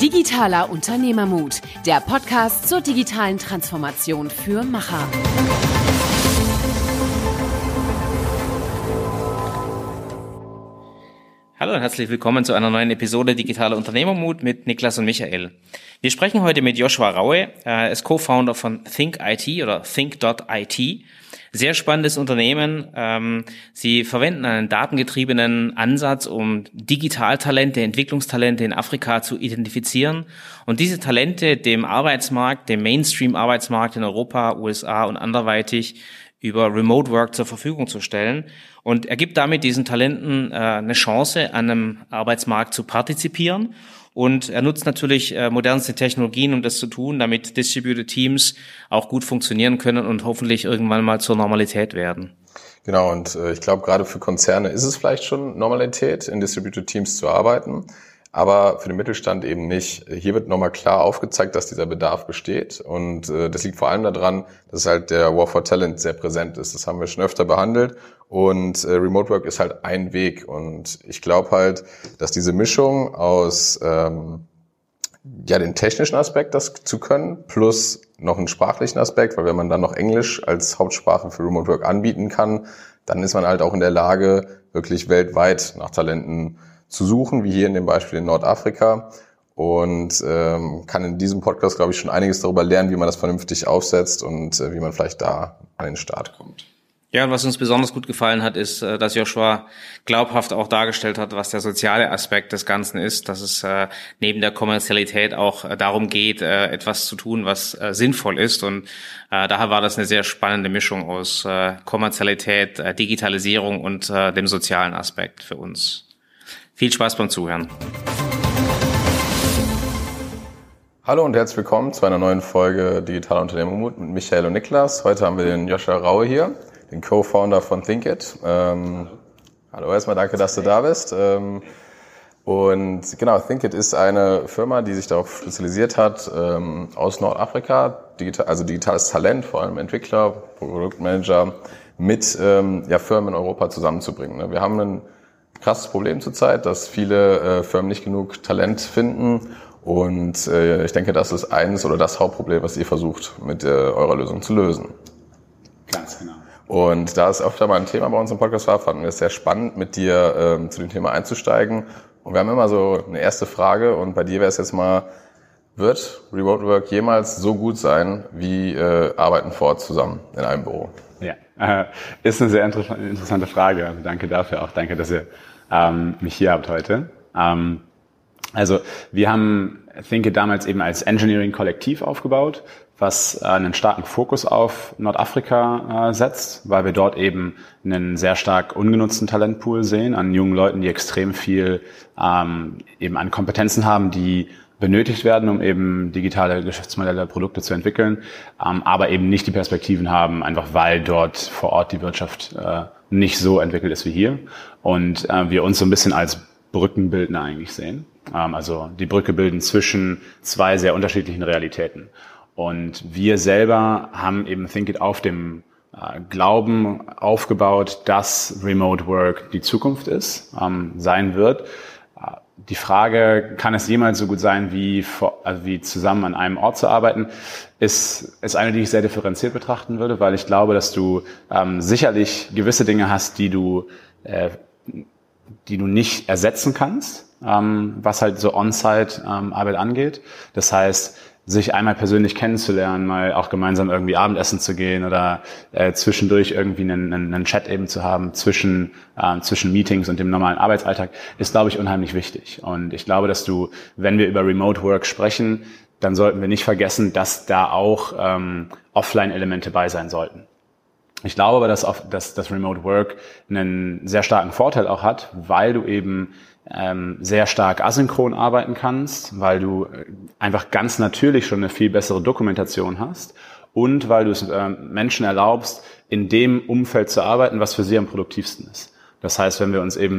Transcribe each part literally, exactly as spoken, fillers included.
Digitaler Unternehmermut, der Podcast zur digitalen Transformation für Macher. Hallo und herzlich willkommen zu einer neuen Episode Digitaler Unternehmermut mit Niklas und Michael. Wir sprechen heute mit Joshua Raue, er ist Co-Founder von Think I T oder think dot I T. Sehr spannendes Unternehmen. Sie verwenden einen datengetriebenen Ansatz, um Digitaltalente, Entwicklungstalente in Afrika zu identifizieren und diese Talente dem Arbeitsmarkt, dem Mainstream-Arbeitsmarkt in Europa, U S A und anderweitig über Remote Work zur Verfügung zu stellen. Und er gibt damit diesen Talenten äh, eine Chance, an einem Arbeitsmarkt zu partizipieren. Und er nutzt natürlich äh, modernste Technologien, um das zu tun, damit Distributed Teams auch gut funktionieren können und hoffentlich irgendwann mal zur Normalität werden. Genau, und äh, ich glaube, gerade für Konzerne ist es vielleicht schon Normalität, in Distributed Teams zu arbeiten, aber für den Mittelstand eben nicht. Hier wird nochmal klar aufgezeigt, dass dieser Bedarf besteht, und äh, das liegt vor allem daran, dass halt der War for Talent sehr präsent ist. Das haben wir schon öfter behandelt, und äh, Remote Work ist halt ein Weg, und ich glaube halt, dass diese Mischung aus ähm, ja den technischen Aspekt, das zu können, plus noch einen sprachlichen Aspekt, weil wenn man dann noch Englisch als Hauptsprache für Remote Work anbieten kann, dann ist man halt auch in der Lage, wirklich weltweit nach Talenten zu suchen, wie hier in dem Beispiel in Nordafrika, und ähm, kann in diesem Podcast, glaube ich, schon einiges darüber lernen, wie man das vernünftig aufsetzt und äh, wie man vielleicht da an den Start kommt. Ja, und was uns besonders gut gefallen hat, ist, dass Joshua glaubhaft auch dargestellt hat, was der soziale Aspekt des Ganzen ist, dass es äh, neben der Kommerzialität auch äh, darum geht, äh, etwas zu tun, was äh, sinnvoll ist, und äh, daher war das eine sehr spannende Mischung aus äh, Kommerzialität, äh, Digitalisierung und äh, dem sozialen Aspekt für uns. Viel Spaß beim Zuhören. Hallo und herzlich willkommen zu einer neuen Folge Digitaler Unternehmermut mit Michael und Niklas. Heute haben wir den Joshua Raue hier, den Co-Founder von ThinkIt. Ähm, hallo, erstmal danke, dass du da bist. Ähm, und genau, ThinkIt ist eine Firma, die sich darauf spezialisiert hat, ähm, aus Nordafrika, digital, also digitales Talent, vor allem Entwickler, Produktmanager, mit ähm, ja, Firmen in Europa zusammenzubringen. Ne? Wir haben ein krasses Problem zurzeit, dass viele äh, Firmen nicht genug Talent finden, und äh, ich denke, das ist eines oder das Hauptproblem, was ihr versucht, mit äh, eurer Lösung zu lösen. Ganz genau. Und da es öfter mal ein Thema bei uns im Podcast war, fanden wir es sehr spannend, mit dir ähm, zu dem Thema einzusteigen. Und wir haben immer so eine erste Frage, und bei dir wäre es jetzt mal: Wird Remote Work jemals so gut sein wie äh, Arbeiten vor Ort zusammen in einem Büro? Ja, äh, ist eine sehr inter- interessante Frage. Also danke dafür auch. Danke, dass ihr ähm, mich hier habt heute. Ähm, also wir haben ThinkIt damals eben als Engineering-Kollektiv aufgebaut, was äh, einen starken Fokus auf Nordafrika äh, setzt, weil wir dort eben einen sehr stark ungenutzten Talentpool sehen an jungen Leuten, die extrem viel ähm, eben an Kompetenzen haben, die benötigt werden, um eben digitale Geschäftsmodelle, Produkte zu entwickeln, ähm, aber eben nicht die Perspektiven haben, einfach weil dort vor Ort die Wirtschaft äh, nicht so entwickelt ist wie hier, und äh, wir uns so ein bisschen als Brückenbildner eigentlich sehen. Ähm, also die Brücke bilden zwischen zwei sehr unterschiedlichen Realitäten. Und wir selber haben eben ThinkIt auf dem äh, Glauben aufgebaut, dass Remote Work die Zukunft ist, ähm, sein wird. Äh, die Frage, kann es jemals so gut sein, wie, vor, also wie zusammen an einem Ort zu arbeiten, ist, ist eine, die ich sehr differenziert betrachten würde, weil ich glaube, dass du ähm, sicherlich gewisse Dinge hast, die du, äh, die du nicht ersetzen kannst, ähm, was halt so On-Site-Arbeit ähm, angeht. Das heißt, sich einmal persönlich kennenzulernen, mal auch gemeinsam irgendwie Abendessen zu gehen oder äh, zwischendurch irgendwie einen, einen, einen Chat eben zu haben zwischen äh, zwischen Meetings und dem normalen Arbeitsalltag, ist, glaube ich, unheimlich wichtig. Und ich glaube, dass du, wenn wir über Remote Work sprechen, dann sollten wir nicht vergessen, dass da auch ähm, Offline-Elemente bei sein sollten. Ich glaube aber, dass, auf, dass das Remote Work einen sehr starken Vorteil auch hat, weil du eben ähm, sehr stark asynchron arbeiten kannst, weil du einfach ganz natürlich schon eine viel bessere Dokumentation hast und weil du es äh, Menschen erlaubst, in dem Umfeld zu arbeiten, was für sie am produktivsten ist. Das heißt, wenn wir uns eben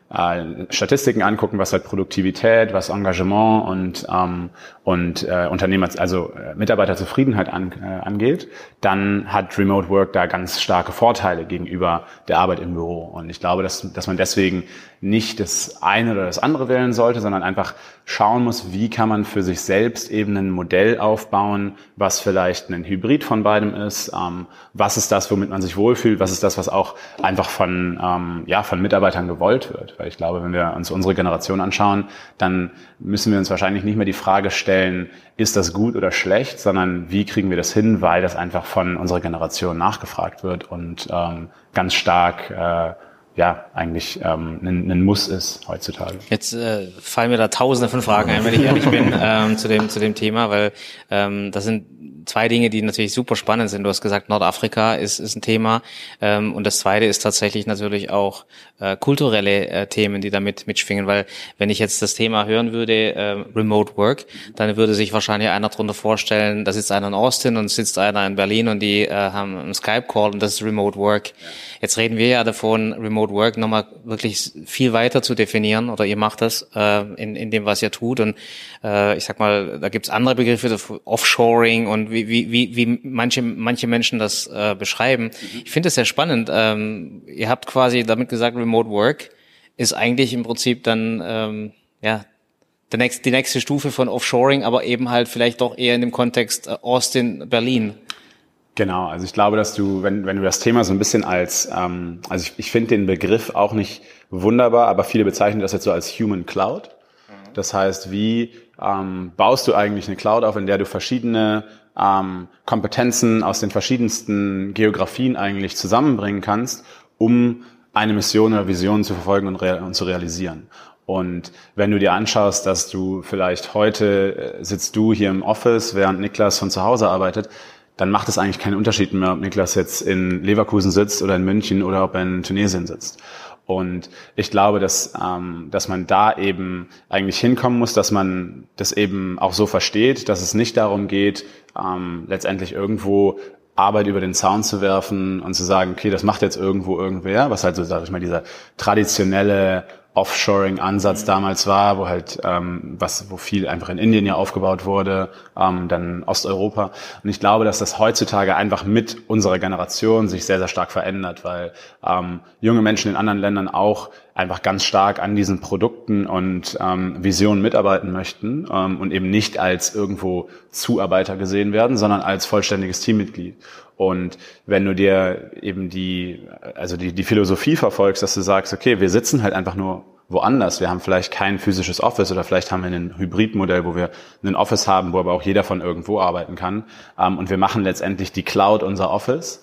äh, Statistiken angucken, was halt Produktivität, was Engagement und ähm, und äh, Unternehmer, also äh, Mitarbeiterzufriedenheit an, äh, angeht, dann hat Remote Work da ganz starke Vorteile gegenüber der Arbeit im Büro. Und ich glaube, dass dass man deswegen nicht das eine oder das andere wählen sollte, sondern einfach schauen muss, wie kann man für sich selbst eben ein Modell aufbauen, was vielleicht ein Hybrid von beidem ist. Ähm, was ist das, womit man sich wohlfühlt? Was ist das, was auch einfach von ähm, ja von Mitarbeitern gewollt wird? Weil ich glaube, wenn wir uns unsere Generation anschauen, dann müssen wir uns wahrscheinlich nicht mehr die Frage stellen, ist das gut oder schlecht, sondern wie kriegen wir das hin, weil das einfach von unserer Generation nachgefragt wird und ähm, ganz stark äh, ja eigentlich ähm, ein, ein Muss ist heutzutage. Jetzt äh, fallen mir da tausende von Fragen ein, wenn ich ehrlich bin, ähm, zu dem zu dem Thema, weil ähm, das sind zwei Dinge, die natürlich super spannend sind. Du hast gesagt, Nordafrika ist ist ein Thema ähm, und das zweite ist tatsächlich natürlich auch äh, kulturelle äh, Themen, die damit mitschwingen, weil wenn ich jetzt das Thema hören würde, äh, Remote Work, dann würde sich wahrscheinlich einer darunter vorstellen, da sitzt einer in Austin und sitzt einer in Berlin und die äh, haben einen Skype-Call und das ist Remote Work. Ja. Jetzt reden wir ja davon, Remote Work nochmal wirklich viel weiter zu definieren, oder ihr macht das äh, in, in dem, was ihr tut. Und äh, ich sag mal, da gibt's andere Begriffe, Offshoring und wie, wie, wie, wie manche, manche Menschen das äh, beschreiben. Mhm. Ich finde es sehr spannend. Ähm, ihr habt quasi damit gesagt, Remote Work ist eigentlich im Prinzip dann ähm, ja der nächste, die nächste Stufe von Offshoring, aber eben halt vielleicht doch eher in dem Kontext äh, Austin, Berlin. Genau, also ich glaube, dass du, wenn wenn du das Thema so ein bisschen als, ähm, also ich, ich finde den Begriff auch nicht wunderbar, aber viele bezeichnen das jetzt so als Human Cloud. Das heißt, wie ähm, baust du eigentlich eine Cloud auf, in der du verschiedene ähm, Kompetenzen aus den verschiedensten Geografien eigentlich zusammenbringen kannst, um eine Mission oder Vision zu verfolgen und, rea- und zu realisieren. Und wenn du dir anschaust, dass du vielleicht heute äh, sitzt du hier im Office, während Niklas von zu Hause arbeitet, dann macht es eigentlich keinen Unterschied mehr, ob Niklas jetzt in Leverkusen sitzt oder in München oder ob er in Tunesien sitzt. Und ich glaube, dass ähm, dass man da eben eigentlich hinkommen muss, dass man das eben auch so versteht, dass es nicht darum geht, ähm, letztendlich irgendwo Arbeit über den Zaun zu werfen und zu sagen, okay, das macht jetzt irgendwo irgendwer, was halt so, sag ich mal, dieser traditionelle Offshoring-Ansatz damals war, wo halt ähm, was, wo viel einfach in Indien ja aufgebaut wurde, ähm, dann Osteuropa. Und ich glaube, dass das heutzutage einfach mit unserer Generation sich sehr, sehr stark verändert, weil ähm, junge Menschen in anderen Ländern auch einfach ganz stark an diesen Produkten und ähm, Visionen mitarbeiten möchten ähm, und eben nicht als irgendwo Zuarbeiter gesehen werden, sondern als vollständiges Teammitglied. Und wenn du dir eben die, also die, die Philosophie verfolgst, dass du sagst, okay, wir sitzen halt einfach nur woanders. Wir haben vielleicht kein physisches Office oder vielleicht haben wir ein Hybridmodell, wo wir ein Office haben, wo aber auch jeder von irgendwo arbeiten kann. Und wir machen letztendlich die Cloud unser Office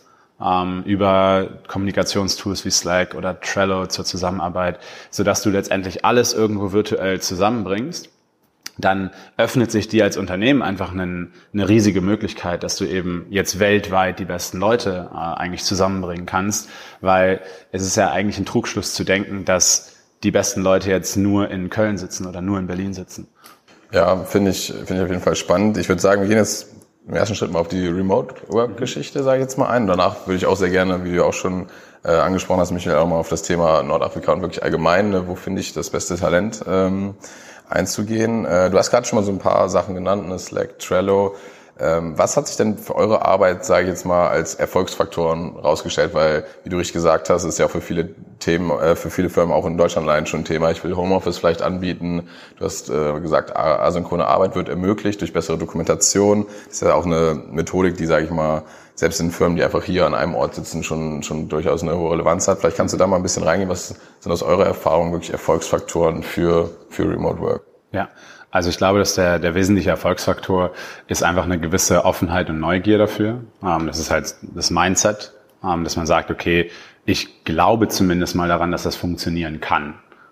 über Kommunikationstools wie Slack oder Trello zur Zusammenarbeit, sodass du letztendlich alles irgendwo virtuell zusammenbringst. Dann öffnet sich dir als Unternehmen einfach eine, eine riesige Möglichkeit, dass du eben jetzt weltweit die besten Leute äh, eigentlich zusammenbringen kannst, weil es ist ja eigentlich ein Trugschluss zu denken, dass die besten Leute jetzt nur in Köln sitzen oder nur in Berlin sitzen. Ja, finde ich, finde ich auf jeden Fall spannend. Ich würde sagen, wir gehen jetzt im ersten Schritt mal auf die Remote-Work-Geschichte, sage ich jetzt mal ein. Danach würde ich auch sehr gerne, wie du auch schon äh, angesprochen hast, Michael, auch mal auf das Thema Nordafrika und wirklich allgemein, ne, wo finde ich das beste Talent, ähm, einzugehen. Du hast gerade schon mal so ein paar Sachen genannt, ne? Slack, Trello. Was hat sich denn für eure Arbeit, sage ich jetzt mal, als Erfolgsfaktoren rausgestellt? Weil, wie du richtig gesagt hast, ist ja auch für viele Themen, für viele Firmen auch in Deutschland allein schon ein Thema. Ich will Homeoffice vielleicht anbieten. Du hast gesagt, asynchrone Arbeit wird ermöglicht durch bessere Dokumentation. Das ist ja auch eine Methodik, die, sage ich mal, selbst in Firmen, die einfach hier an einem Ort sitzen, schon schon durchaus eine hohe Relevanz hat. Vielleicht kannst du da mal ein bisschen reingehen. Was sind aus eurer Erfahrung wirklich Erfolgsfaktoren für für Remote Work? Ja, also ich glaube, dass der der wesentliche Erfolgsfaktor ist einfach eine gewisse Offenheit und Neugier dafür. Das ist halt das Mindset, dass man sagt, okay, ich glaube zumindest mal daran, dass das funktionieren kann.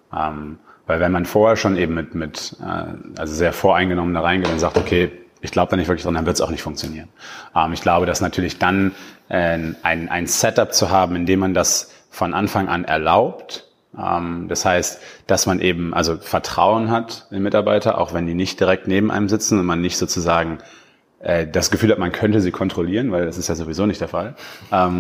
Weil wenn man vorher schon eben mit mit also sehr voreingenommen da reingeht und sagt, okay, ich glaube da nicht wirklich dran, dann wird es auch nicht funktionieren. Ähm, ich glaube, dass natürlich dann äh, ein, ein Setup zu haben, in dem man das von Anfang an erlaubt. Ähm, das heißt, dass man eben also Vertrauen hat in Mitarbeiter, auch wenn die nicht direkt neben einem sitzen und man nicht sozusagen äh, das Gefühl hat, man könnte sie kontrollieren, weil das ist ja sowieso nicht der Fall. Ähm,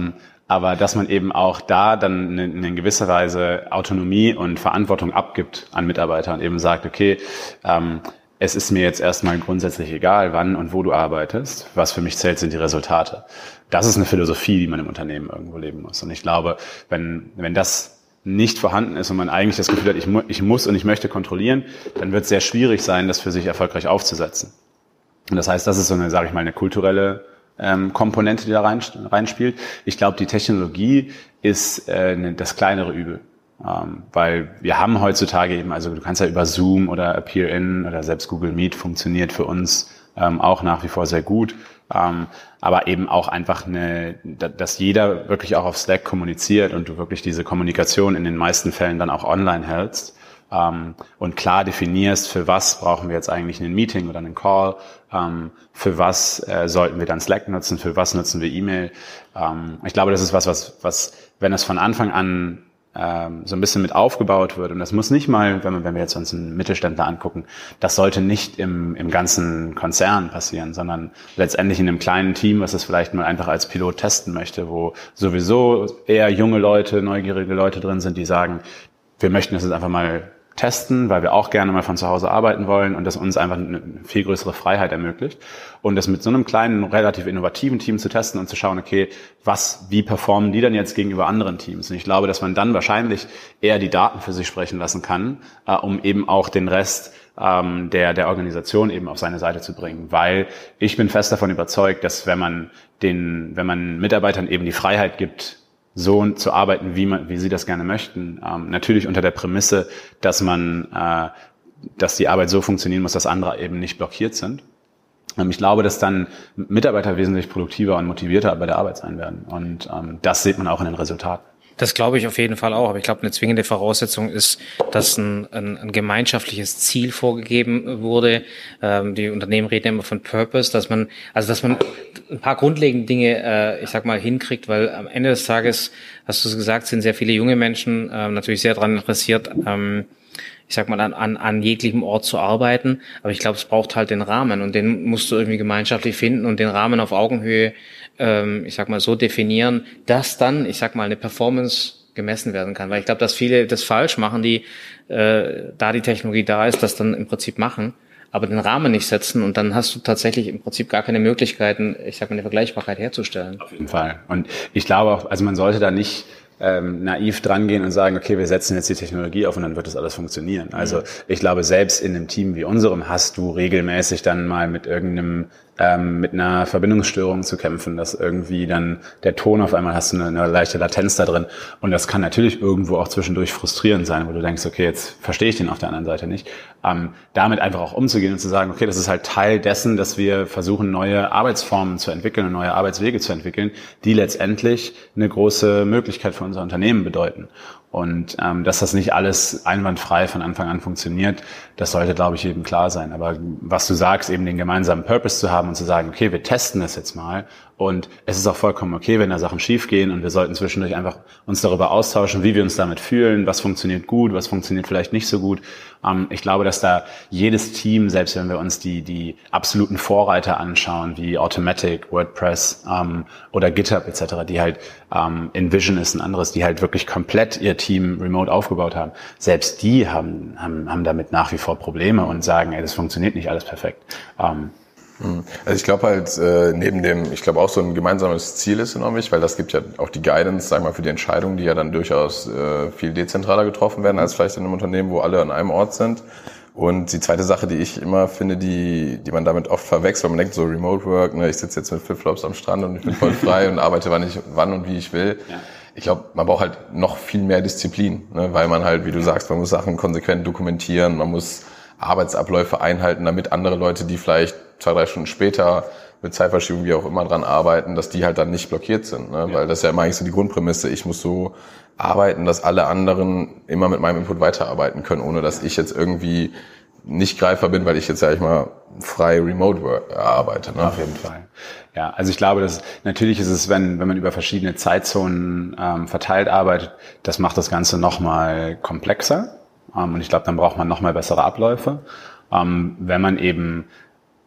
aber dass man eben auch da dann in, in gewisser Weise Autonomie und Verantwortung abgibt an Mitarbeiter und eben sagt, okay, ähm, es ist mir jetzt erstmal grundsätzlich egal, wann und wo du arbeitest. Was für mich zählt, sind die Resultate. Das ist eine Philosophie, die man im Unternehmen irgendwo leben muss. Und ich glaube, wenn, wenn das nicht vorhanden ist und man eigentlich das Gefühl hat, ich, mu- ich muss und ich möchte kontrollieren, dann wird es sehr schwierig sein, das für sich erfolgreich aufzusetzen. Und das heißt, das ist so eine, sage ich mal, eine kulturelle ähm, Komponente, die da rein, reinspielt. Ich glaube, die Technologie ist äh, ne, das kleinere Übel. Ähm, weil wir haben heutzutage eben, also du kannst ja über Zoom oder Appear-In oder selbst Google Meet funktioniert für uns ähm, auch nach wie vor sehr gut. Ähm, aber eben auch einfach eine, dass jeder wirklich auch auf Slack kommuniziert und du wirklich diese Kommunikation in den meisten Fällen dann auch online hältst. Ähm, und klar definierst, für was brauchen wir jetzt eigentlich ein Meeting oder einen Call, ähm, für was äh, sollten wir dann Slack nutzen, für was nutzen wir E-Mail. Ähm, ich glaube, das ist was, was, was, wenn es von Anfang an so ein bisschen mit aufgebaut wird. Und das muss nicht mal, wenn, man, wenn wir jetzt uns einen Mittelständler angucken, das sollte nicht im, im ganzen Konzern passieren, sondern letztendlich in einem kleinen Team, was es vielleicht mal einfach als Pilot testen möchte, wo sowieso eher junge Leute, neugierige Leute drin sind, die sagen, wir möchten das jetzt einfach mal testen, weil wir auch gerne mal von zu Hause arbeiten wollen und das uns einfach eine viel größere Freiheit ermöglicht. Und das mit so einem kleinen, relativ innovativen Team zu testen und zu schauen, okay, was, wie performen die dann jetzt gegenüber anderen Teams? Und ich glaube, dass man dann wahrscheinlich eher die Daten für sich sprechen lassen kann, äh, um eben auch den Rest ähm, der, der Organisation eben auf seine Seite zu bringen. Weil ich bin fest davon überzeugt, dass wenn man den, wenn man Mitarbeitern eben die Freiheit gibt, so zu arbeiten, wie man, wie sie das gerne möchten. Ähm, natürlich unter der Prämisse, dass man, äh, dass die Arbeit so funktionieren muss, dass andere eben nicht blockiert sind. Ähm, ich glaube, dass dann Mitarbeiter wesentlich produktiver und motivierter bei der Arbeit sein werden. Und ähm, das sieht man auch in den Resultaten. Das glaube ich auf jeden Fall auch. Aber ich glaube, eine zwingende Voraussetzung ist, dass ein, ein, ein gemeinschaftliches Ziel vorgegeben wurde. Ähm, die Unternehmen reden immer von Purpose, dass man, also dass man ein paar grundlegende Dinge, äh, ich sag mal, hinkriegt, weil am Ende des Tages, hast du es gesagt, sind sehr viele junge Menschen äh, natürlich sehr daran interessiert, ähm, ich sag mal, an, an, an jeglichem Ort zu arbeiten. Aber ich glaube, es braucht halt den Rahmen und den musst du irgendwie gemeinschaftlich finden und den Rahmen auf Augenhöhe, ähm, ich sag mal, so definieren, dass dann, ich sag mal, eine Performance gemessen werden kann. Weil ich glaube, dass viele das falsch machen, die, äh, da die Technologie da ist, das dann im Prinzip machen, aber den Rahmen nicht setzen und dann hast du tatsächlich im Prinzip gar keine Möglichkeiten, ich sag mal, eine Vergleichbarkeit herzustellen. Auf jeden Fall. Und ich glaube auch, also man sollte da nicht ähm, naiv drangehen und sagen, okay, wir setzen jetzt die Technologie auf und dann wird das alles funktionieren. Also ich glaube, selbst in einem Team wie unserem hast du regelmäßig dann mal mit irgendeinem ähm, mit einer Verbindungsstörung zu kämpfen, dass irgendwie dann der Ton auf einmal hast du eine, eine leichte Latenz da drin und das kann natürlich irgendwo auch zwischendurch frustrierend sein, wo du denkst, okay, jetzt verstehe ich den auf der anderen Seite nicht. Ähm, damit einfach auch umzugehen und zu sagen, okay, das ist halt Teil dessen, dass wir versuchen, neue Arbeitsformen zu entwickeln und neue Arbeitswege zu entwickeln, die letztendlich eine große Möglichkeit für unser Unternehmen bedeuten. Und ähm, dass das nicht alles einwandfrei von Anfang an funktioniert, das sollte, glaube ich, eben klar sein. Aber was du sagst, eben den gemeinsamen Purpose zu haben und zu sagen, okay, wir testen das jetzt mal und es ist auch vollkommen okay, wenn da Sachen schiefgehen und wir sollten zwischendurch einfach uns darüber austauschen, wie wir uns damit fühlen, was funktioniert gut, was funktioniert vielleicht nicht so gut. Ähm, ich glaube, dass da jedes Team, selbst wenn wir uns die die absoluten Vorreiter anschauen, wie Automatic, WordPress ähm, oder GitHub et cetera, die halt ähm, InVision ist ein anderes, die halt wirklich komplett ihr Team remote aufgebaut haben, selbst die haben haben, haben damit nach wie vor Probleme und sagen, ey, das funktioniert nicht alles perfekt. Ähm, Also ich glaube halt, äh, neben dem, ich glaube auch so ein gemeinsames Ziel ist enorm wichtig, weil das gibt ja auch die Guidance, sag mal, für die Entscheidungen, die ja dann durchaus äh, viel dezentraler getroffen werden, als vielleicht in einem Unternehmen, wo alle an einem Ort sind. Und die zweite Sache, die ich immer finde, die die man damit oft verwechselt, man denkt so Remote Work, ne, ich sitze jetzt mit Flipflops am Strand und ich bin voll frei und arbeite wann ich wann und wie ich will. Ja. Ich glaube, man braucht halt noch viel mehr Disziplin, ne, weil man halt, wie du sagst, man muss Sachen konsequent dokumentieren, man muss Arbeitsabläufe einhalten, damit andere Leute, die vielleicht zwei, drei Stunden später mit Zeitverschiebung, wie auch immer, dran arbeiten, dass die halt dann nicht blockiert sind, ne? Ja. Weil das ist ja immer eigentlich so die Grundprämisse, ich muss so arbeiten, dass alle anderen immer mit meinem Input weiterarbeiten können, ohne dass ich jetzt irgendwie nicht greifbar bin, weil ich jetzt, sag ich mal, frei remote work, äh, arbeite. Ne? Auf jeden Fall. Ja, also ich glaube, dass natürlich ist es, wenn wenn man über verschiedene Zeitzonen ähm, verteilt arbeitet, das macht das Ganze nochmal komplexer. Um, und ich glaube, dann braucht man nochmal bessere Abläufe. Um, wenn man eben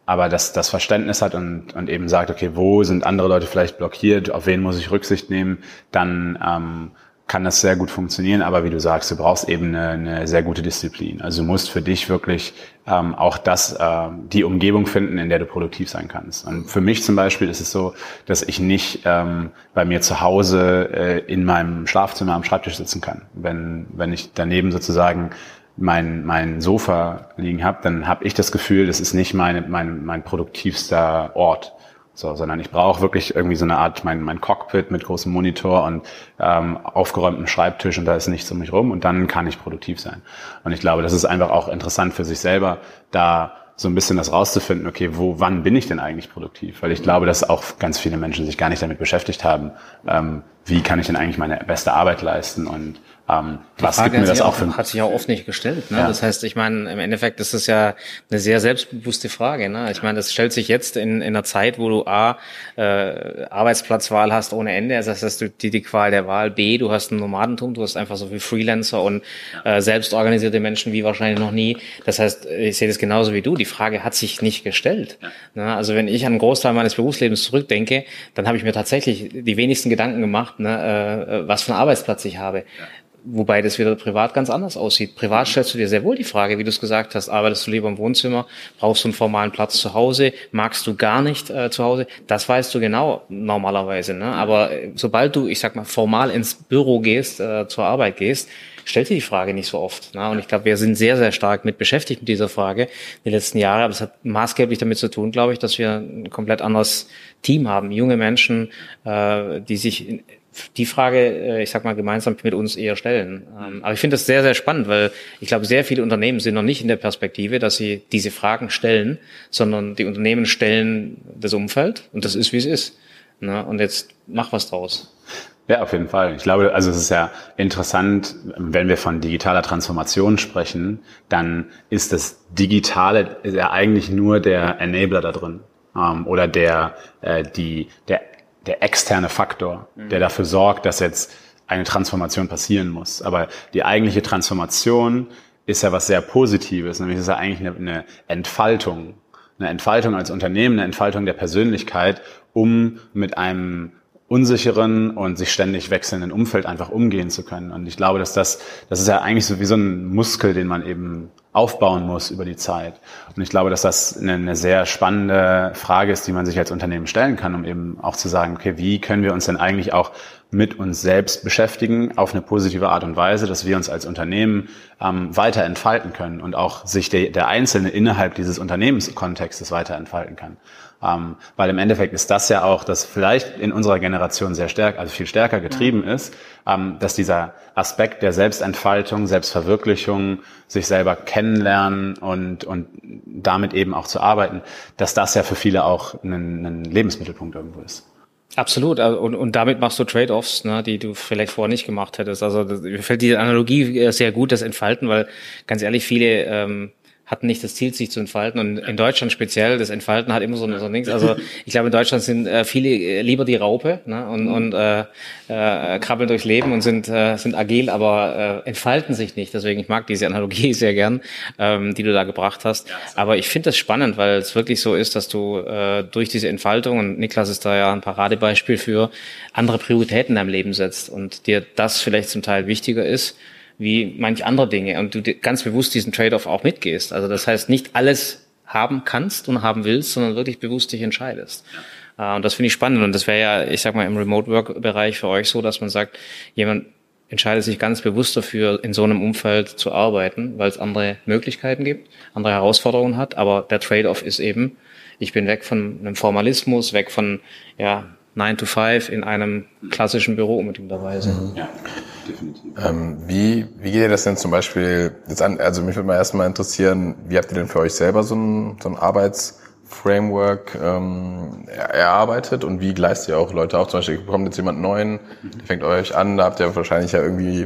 aber das, das Verständnis hat und, und eben sagt, okay, wo sind andere Leute vielleicht blockiert, auf wen muss ich Rücksicht nehmen, dann ähm, kann das sehr gut funktionieren, aber wie du sagst, du brauchst eben eine, eine sehr gute Disziplin. Also du musst für dich wirklich ähm, auch das, äh, die Umgebung finden, in der du produktiv sein kannst. Und für mich zum Beispiel ist es so, dass ich nicht ähm, bei mir zu Hause äh, in meinem Schlafzimmer am Schreibtisch sitzen kann. Wenn, wenn ich daneben sozusagen mein, mein Sofa liegen habe, dann habe ich das Gefühl, das ist nicht meine, mein, mein produktivster Ort. So, sondern ich brauche wirklich irgendwie so eine Art, mein, mein Cockpit mit großem Monitor und ähm, aufgeräumtem Schreibtisch und da ist nichts um mich rum und dann kann ich produktiv sein. Und ich glaube, das ist einfach auch interessant für sich selber, da so ein bisschen das rauszufinden, okay, wo, wann bin ich denn eigentlich produktiv? Weil ich glaube, dass auch ganz viele Menschen sich gar nicht damit beschäftigt haben, ähm, wie kann ich denn eigentlich meine beste Arbeit leisten und ähm, was gibt mir das auch für... Hat sich auch oft nicht gestellt. Ne? Ja. Das heißt, ich meine, im Endeffekt ist es ja eine sehr selbstbewusste Frage. Ne? Ich meine, das stellt sich jetzt in, in einer Zeit, wo du A, äh, Arbeitsplatzwahl hast ohne Ende, also das heißt, du die, die Qual der Wahl, B, du hast ein Nomadentum, du hast einfach so viel Freelancer und äh, selbstorganisierte Menschen wie wahrscheinlich noch nie. Das heißt, ich sehe das genauso wie du, die Frage hat sich nicht gestellt. Ja. Ne? Also wenn ich an einen Großteil meines Berufslebens zurückdenke, dann habe ich mir tatsächlich die wenigsten Gedanken gemacht, ne, äh, was für einen Arbeitsplatz ich habe. Ja. Wobei das wieder privat ganz anders aussieht. Privat stellst du dir sehr wohl die Frage, wie du es gesagt hast, arbeitest du lieber im Wohnzimmer, brauchst du einen formalen Platz zu Hause, magst du gar nicht äh, zu Hause, das weißt du genau normalerweise. Ne? Aber äh, sobald du, ich sag mal, formal ins Büro gehst, äh, zur Arbeit gehst, stellt dir die Frage nicht so oft. Ne? Und ich glaube, wir sind sehr, sehr stark mit beschäftigt mit dieser Frage die letzten Jahre. Aber es hat maßgeblich damit zu tun, glaube ich, dass wir ein komplett anderes Team haben. Junge Menschen, äh, die sich in, die Frage, ich sag mal, gemeinsam mit uns eher stellen. Aber ich finde das sehr, sehr spannend, weil ich glaube, sehr viele Unternehmen sind noch nicht in der Perspektive, dass sie diese Fragen stellen, sondern die Unternehmen stellen das Umfeld und das ist, wie es ist. Und jetzt mach was draus. Ja, auf jeden Fall. Ich glaube, also es ist ja interessant, wenn wir von digitaler Transformation sprechen, dann ist das Digitale ja eigentlich nur der Enabler da drin. Oder der, die, der der externe Faktor, der dafür sorgt, dass jetzt eine Transformation passieren muss. Aber die eigentliche Transformation ist ja was sehr Positives, nämlich ist ja eigentlich eine, eine Entfaltung, eine Entfaltung als Unternehmen, eine Entfaltung der Persönlichkeit, um mit einem unsicheren und sich ständig wechselnden Umfeld einfach umgehen zu können. Und ich glaube, dass das, das ist ja eigentlich so wie so ein Muskel, den man eben aufbauen muss über die Zeit. Und ich glaube, dass das eine, eine sehr spannende Frage ist, die man sich als Unternehmen stellen kann, um eben auch zu sagen, okay, wie können wir uns denn eigentlich auch mit uns selbst beschäftigen auf eine positive Art und Weise, dass wir uns als Unternehmen ähm, weiter entfalten können und auch sich der, der Einzelne innerhalb dieses Unternehmenskontextes weiter entfalten kann. Ähm, weil im Endeffekt ist das ja auch, dass vielleicht in unserer Generation sehr stark, also viel stärker getrieben ist, ähm, dass dieser Aspekt der Selbstentfaltung, Selbstverwirklichung, sich selber kennenlernen und und damit eben auch zu arbeiten, dass das ja für viele auch ein, ein Lebensmittelpunkt irgendwo ist. Absolut. Und, und damit machst du Trade-offs, ne, die du vielleicht vorher nicht gemacht hättest. Also mir fällt die Analogie sehr gut, das Entfalten, weil ganz ehrlich, viele ähm, hatten nicht das Ziel, sich zu entfalten. Und in Deutschland speziell, das Entfalten hat immer so, so nichts. Also ich glaube, in Deutschland sind äh, viele äh, lieber die Raupe, ne, und, und äh, äh, krabbeln durchs Leben und sind äh, sind agil, aber äh, entfalten sich nicht. Deswegen, ich mag diese Analogie sehr gern, ähm, die du da gebracht hast. Aber ich finde das spannend, weil es wirklich so ist, dass du äh, durch diese Entfaltung, und Niklas ist da ja ein Paradebeispiel für, andere Prioritäten in deinem Leben setzt und dir das vielleicht zum Teil wichtiger ist, wie manch andere Dinge und du ganz bewusst diesen Trade-off auch mitgehst. Also das heißt, nicht alles haben kannst und haben willst, sondern wirklich bewusst dich entscheidest. Ja. Und das finde ich spannend und das wäre ja, ich sag mal, im Remote-Work-Bereich für euch so, dass man sagt, jemand entscheidet sich ganz bewusst dafür, in so einem Umfeld zu arbeiten, weil es andere Möglichkeiten gibt, andere Herausforderungen hat, aber der Trade-off ist eben, ich bin weg von einem Formalismus, weg von, ja, nine to five in einem klassischen Büro unbedingterweise. Ja, definitiv. Ähm, wie, wie geht ihr das denn zum Beispiel jetzt an? Also mich würde mal erstmal interessieren, wie habt ihr denn für euch selber so ein, so ein Arbeitsframework ähm, erarbeitet und wie gleist ihr auch Leute auf? Zum Beispiel bekommt jetzt jemand Neuen, der fängt euch an, da habt ihr wahrscheinlich ja irgendwie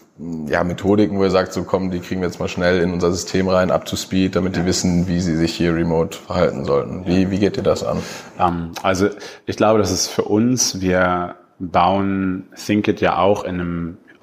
ja, Methodiken, wo ihr sagt, so komm, die kriegen wir jetzt mal schnell in unser System rein, up to speed, damit die wissen, wie sie sich hier remote verhalten sollten. Wie, wie geht ihr das an? Um, also ich glaube, das ist für uns, wir bauen ThinkIt ja auch in einem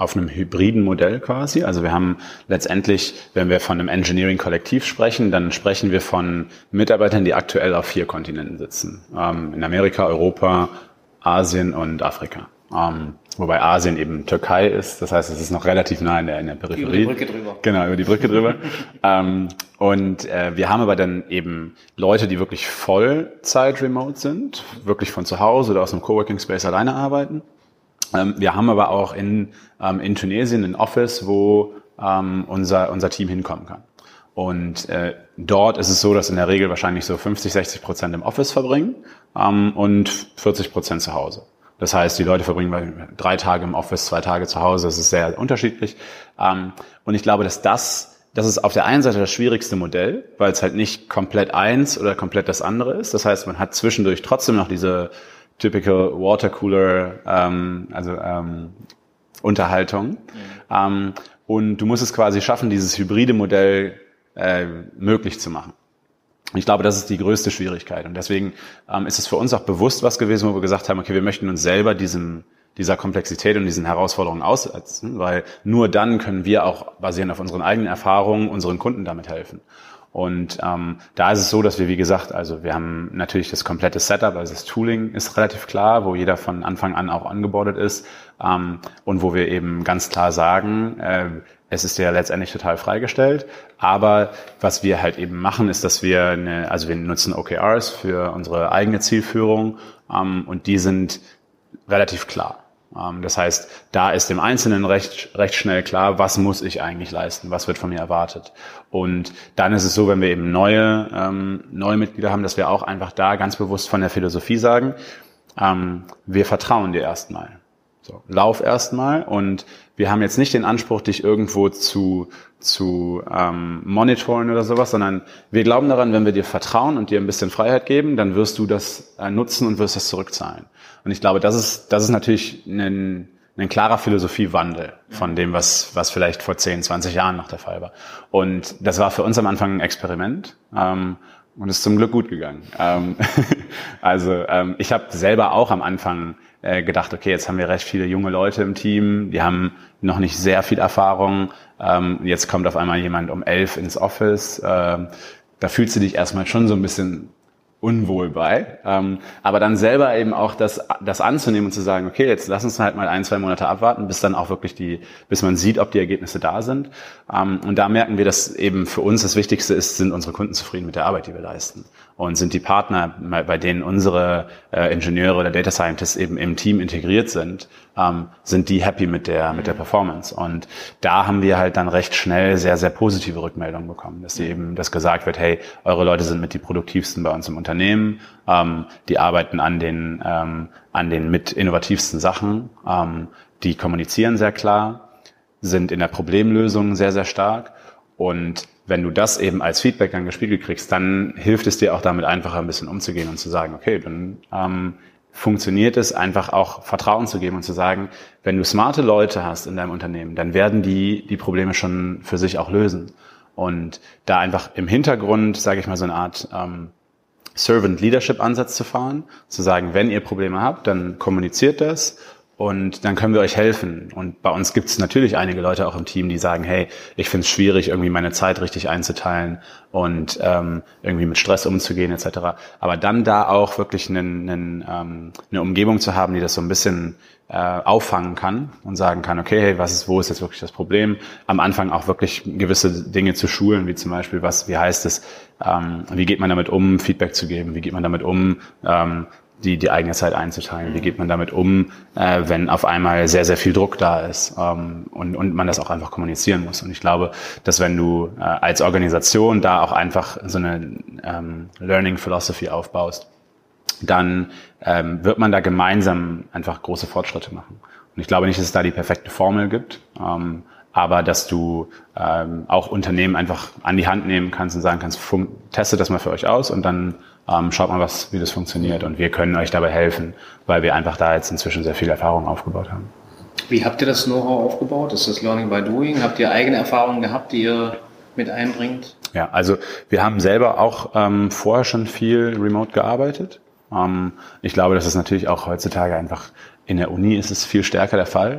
auf einem hybriden Modell quasi. Also wir haben letztendlich, wenn wir von einem Engineering-Kollektiv sprechen, dann sprechen wir von Mitarbeitern, die aktuell auf vier Kontinenten sitzen. Ähm, in Amerika, Europa, Asien und Afrika. Ähm, wobei Asien eben Türkei ist, das heißt, es ist noch relativ nah in der, in der Peripherie. Über die Brücke drüber. Genau, über die Brücke drüber. ähm, und äh, wir haben aber dann eben Leute, die wirklich Vollzeit remote sind, wirklich von zu Hause oder aus einem Coworking Space alleine arbeiten. Ähm, wir haben aber auch in, ähm, in Tunesien ein Office, wo ähm, unser, unser Team hinkommen kann. Und äh, dort ist es so, dass in der Regel wahrscheinlich so fünfzig, sechzig Prozent im Office verbringen ähm, und vierzig Prozent zu Hause. Das heißt, die Leute verbringen drei Tage im Office, zwei Tage zu Hause. Das ist sehr unterschiedlich. Und ich glaube, dass das, das ist auf der einen Seite das schwierigste Modell, weil es halt nicht komplett eins oder komplett das andere ist. Das heißt, man hat zwischendurch trotzdem noch diese typical Watercooler, ähm, also ähm, Unterhaltung. Mhm. Ähm, und du musst es quasi schaffen, dieses hybride Modell äh, möglich zu machen. Ich glaube, das ist die größte Schwierigkeit. Und deswegen ähm, ist es für uns auch bewusst was gewesen, wo wir gesagt haben, okay, wir möchten uns selber diesem, dieser Komplexität und diesen Herausforderungen aussetzen, weil nur dann können wir auch basierend auf unseren eigenen Erfahrungen unseren Kunden damit helfen. Und ähm, da ist es so, dass wir, wie gesagt, also wir haben natürlich das komplette Setup, also das Tooling ist relativ klar, wo jeder von Anfang an auch angebordet ist ähm, und wo wir eben ganz klar sagen, äh, es ist ja letztendlich total freigestellt, aber was wir halt eben machen, ist, dass wir eine, also wir nutzen O K Rs für unsere eigene Zielführung ähm, und die sind relativ klar. Ähm, das heißt, da ist dem Einzelnen recht recht schnell klar, was muss ich eigentlich leisten, was wird von mir erwartet. Und dann ist es so, wenn wir eben neue ähm, neue Mitglieder haben, dass wir auch einfach da ganz bewusst von der Philosophie sagen, ähm, wir vertrauen dir erstmal. So, lauf erstmal und wir haben jetzt nicht den Anspruch, dich irgendwo zu zu ähm, monitoren oder sowas, sondern wir glauben daran, wenn wir dir vertrauen und dir ein bisschen Freiheit geben, dann wirst du das äh, nutzen und wirst das zurückzahlen. Und ich glaube, das ist das ist natürlich ein, ein klarer Philosophiewandel von dem, was was vielleicht vor zehn, zwanzig Jahren noch der Fall war. Und das war für uns am Anfang ein Experiment. Ähm, Und ist zum Glück gut gegangen. Ähm, also ähm, ich habe selber auch am Anfang äh, gedacht, okay, jetzt haben wir recht viele junge Leute im Team, die haben noch nicht sehr viel Erfahrung. Ähm, jetzt kommt auf einmal jemand um elf ins Office. Ähm, da fühlst du dich erstmal schon so ein bisschen unwohl bei. Ähm, aber dann selber eben auch das, das anzunehmen und zu sagen, okay, jetzt lass uns halt mal ein, zwei Monate abwarten, bis dann auch wirklich die, bis man sieht, ob die Ergebnisse da sind. Ähm, und da merken wir, dass eben für uns das Wichtigste ist, sind unsere Kunden zufrieden mit der Arbeit, die wir leisten. Und sind die Partner, bei denen unsere äh, Ingenieure oder Data Scientists eben im Team integriert sind, ähm, sind die happy mit der, mit der Performance. Und da haben wir halt dann recht schnell sehr, sehr positive Rückmeldungen bekommen, dass die eben, dass gesagt wird, hey, eure Leute sind mit die produktivsten bei uns im Unternehmen, ähm, die arbeiten an den, ähm, an den mit innovativsten Sachen, ähm, die kommunizieren sehr klar, sind in der Problemlösung sehr, sehr stark. Und wenn du das eben als Feedback dann gespiegelt kriegst, dann hilft es dir auch damit einfacher ein bisschen umzugehen und zu sagen, okay, dann ähm, funktioniert es einfach auch Vertrauen zu geben und zu sagen, wenn du smarte Leute hast in deinem Unternehmen, dann werden die die Probleme schon für sich auch lösen. Und da einfach im Hintergrund, sage ich mal, so eine Art ähm, Servant Leadership Ansatz zu fahren, zu sagen, wenn ihr Probleme habt, dann kommuniziert das. Und dann können wir euch helfen. Und bei uns gibt es natürlich einige Leute auch im Team, die sagen, hey, ich finde es schwierig, irgendwie meine Zeit richtig einzuteilen und ähm, irgendwie mit Stress umzugehen et cetera. Aber dann da auch wirklich einen, einen, ähm, eine Umgebung zu haben, die das so ein bisschen äh, auffangen kann und sagen kann, okay, hey, was ist, wo ist jetzt wirklich das Problem? Am Anfang auch wirklich gewisse Dinge zu schulen, wie zum Beispiel, was, wie heißt es, ähm, wie geht man damit um, Feedback zu geben, wie geht man damit um, ähm, die die eigene Zeit einzuteilen. Wie geht man damit um, äh, wenn auf einmal sehr, sehr viel Druck da ist ähm, und, und man das auch einfach kommunizieren muss. Und ich glaube, dass wenn du äh, als Organisation da auch einfach so eine ähm, Learning Philosophy aufbaust, dann ähm, wird man da gemeinsam einfach große Fortschritte machen. Und ich glaube nicht, dass es da die perfekte Formel gibt, ähm, aber dass du ähm, auch Unternehmen einfach an die Hand nehmen kannst und sagen kannst, fun- testet das mal für euch aus und dann Ähm, schaut mal, was, wie das funktioniert. Und wir können euch dabei helfen, weil wir einfach da jetzt inzwischen sehr viel Erfahrung aufgebaut haben. Wie habt ihr das Know-how aufgebaut? Ist das Learning by Doing? Habt ihr eigene Erfahrungen gehabt, die ihr mit einbringt? Ja, also wir haben selber auch ähm, vorher schon viel remote gearbeitet. Ähm, ich glaube, das ist natürlich auch heutzutage einfach, in der Uni ist es viel stärker der Fall.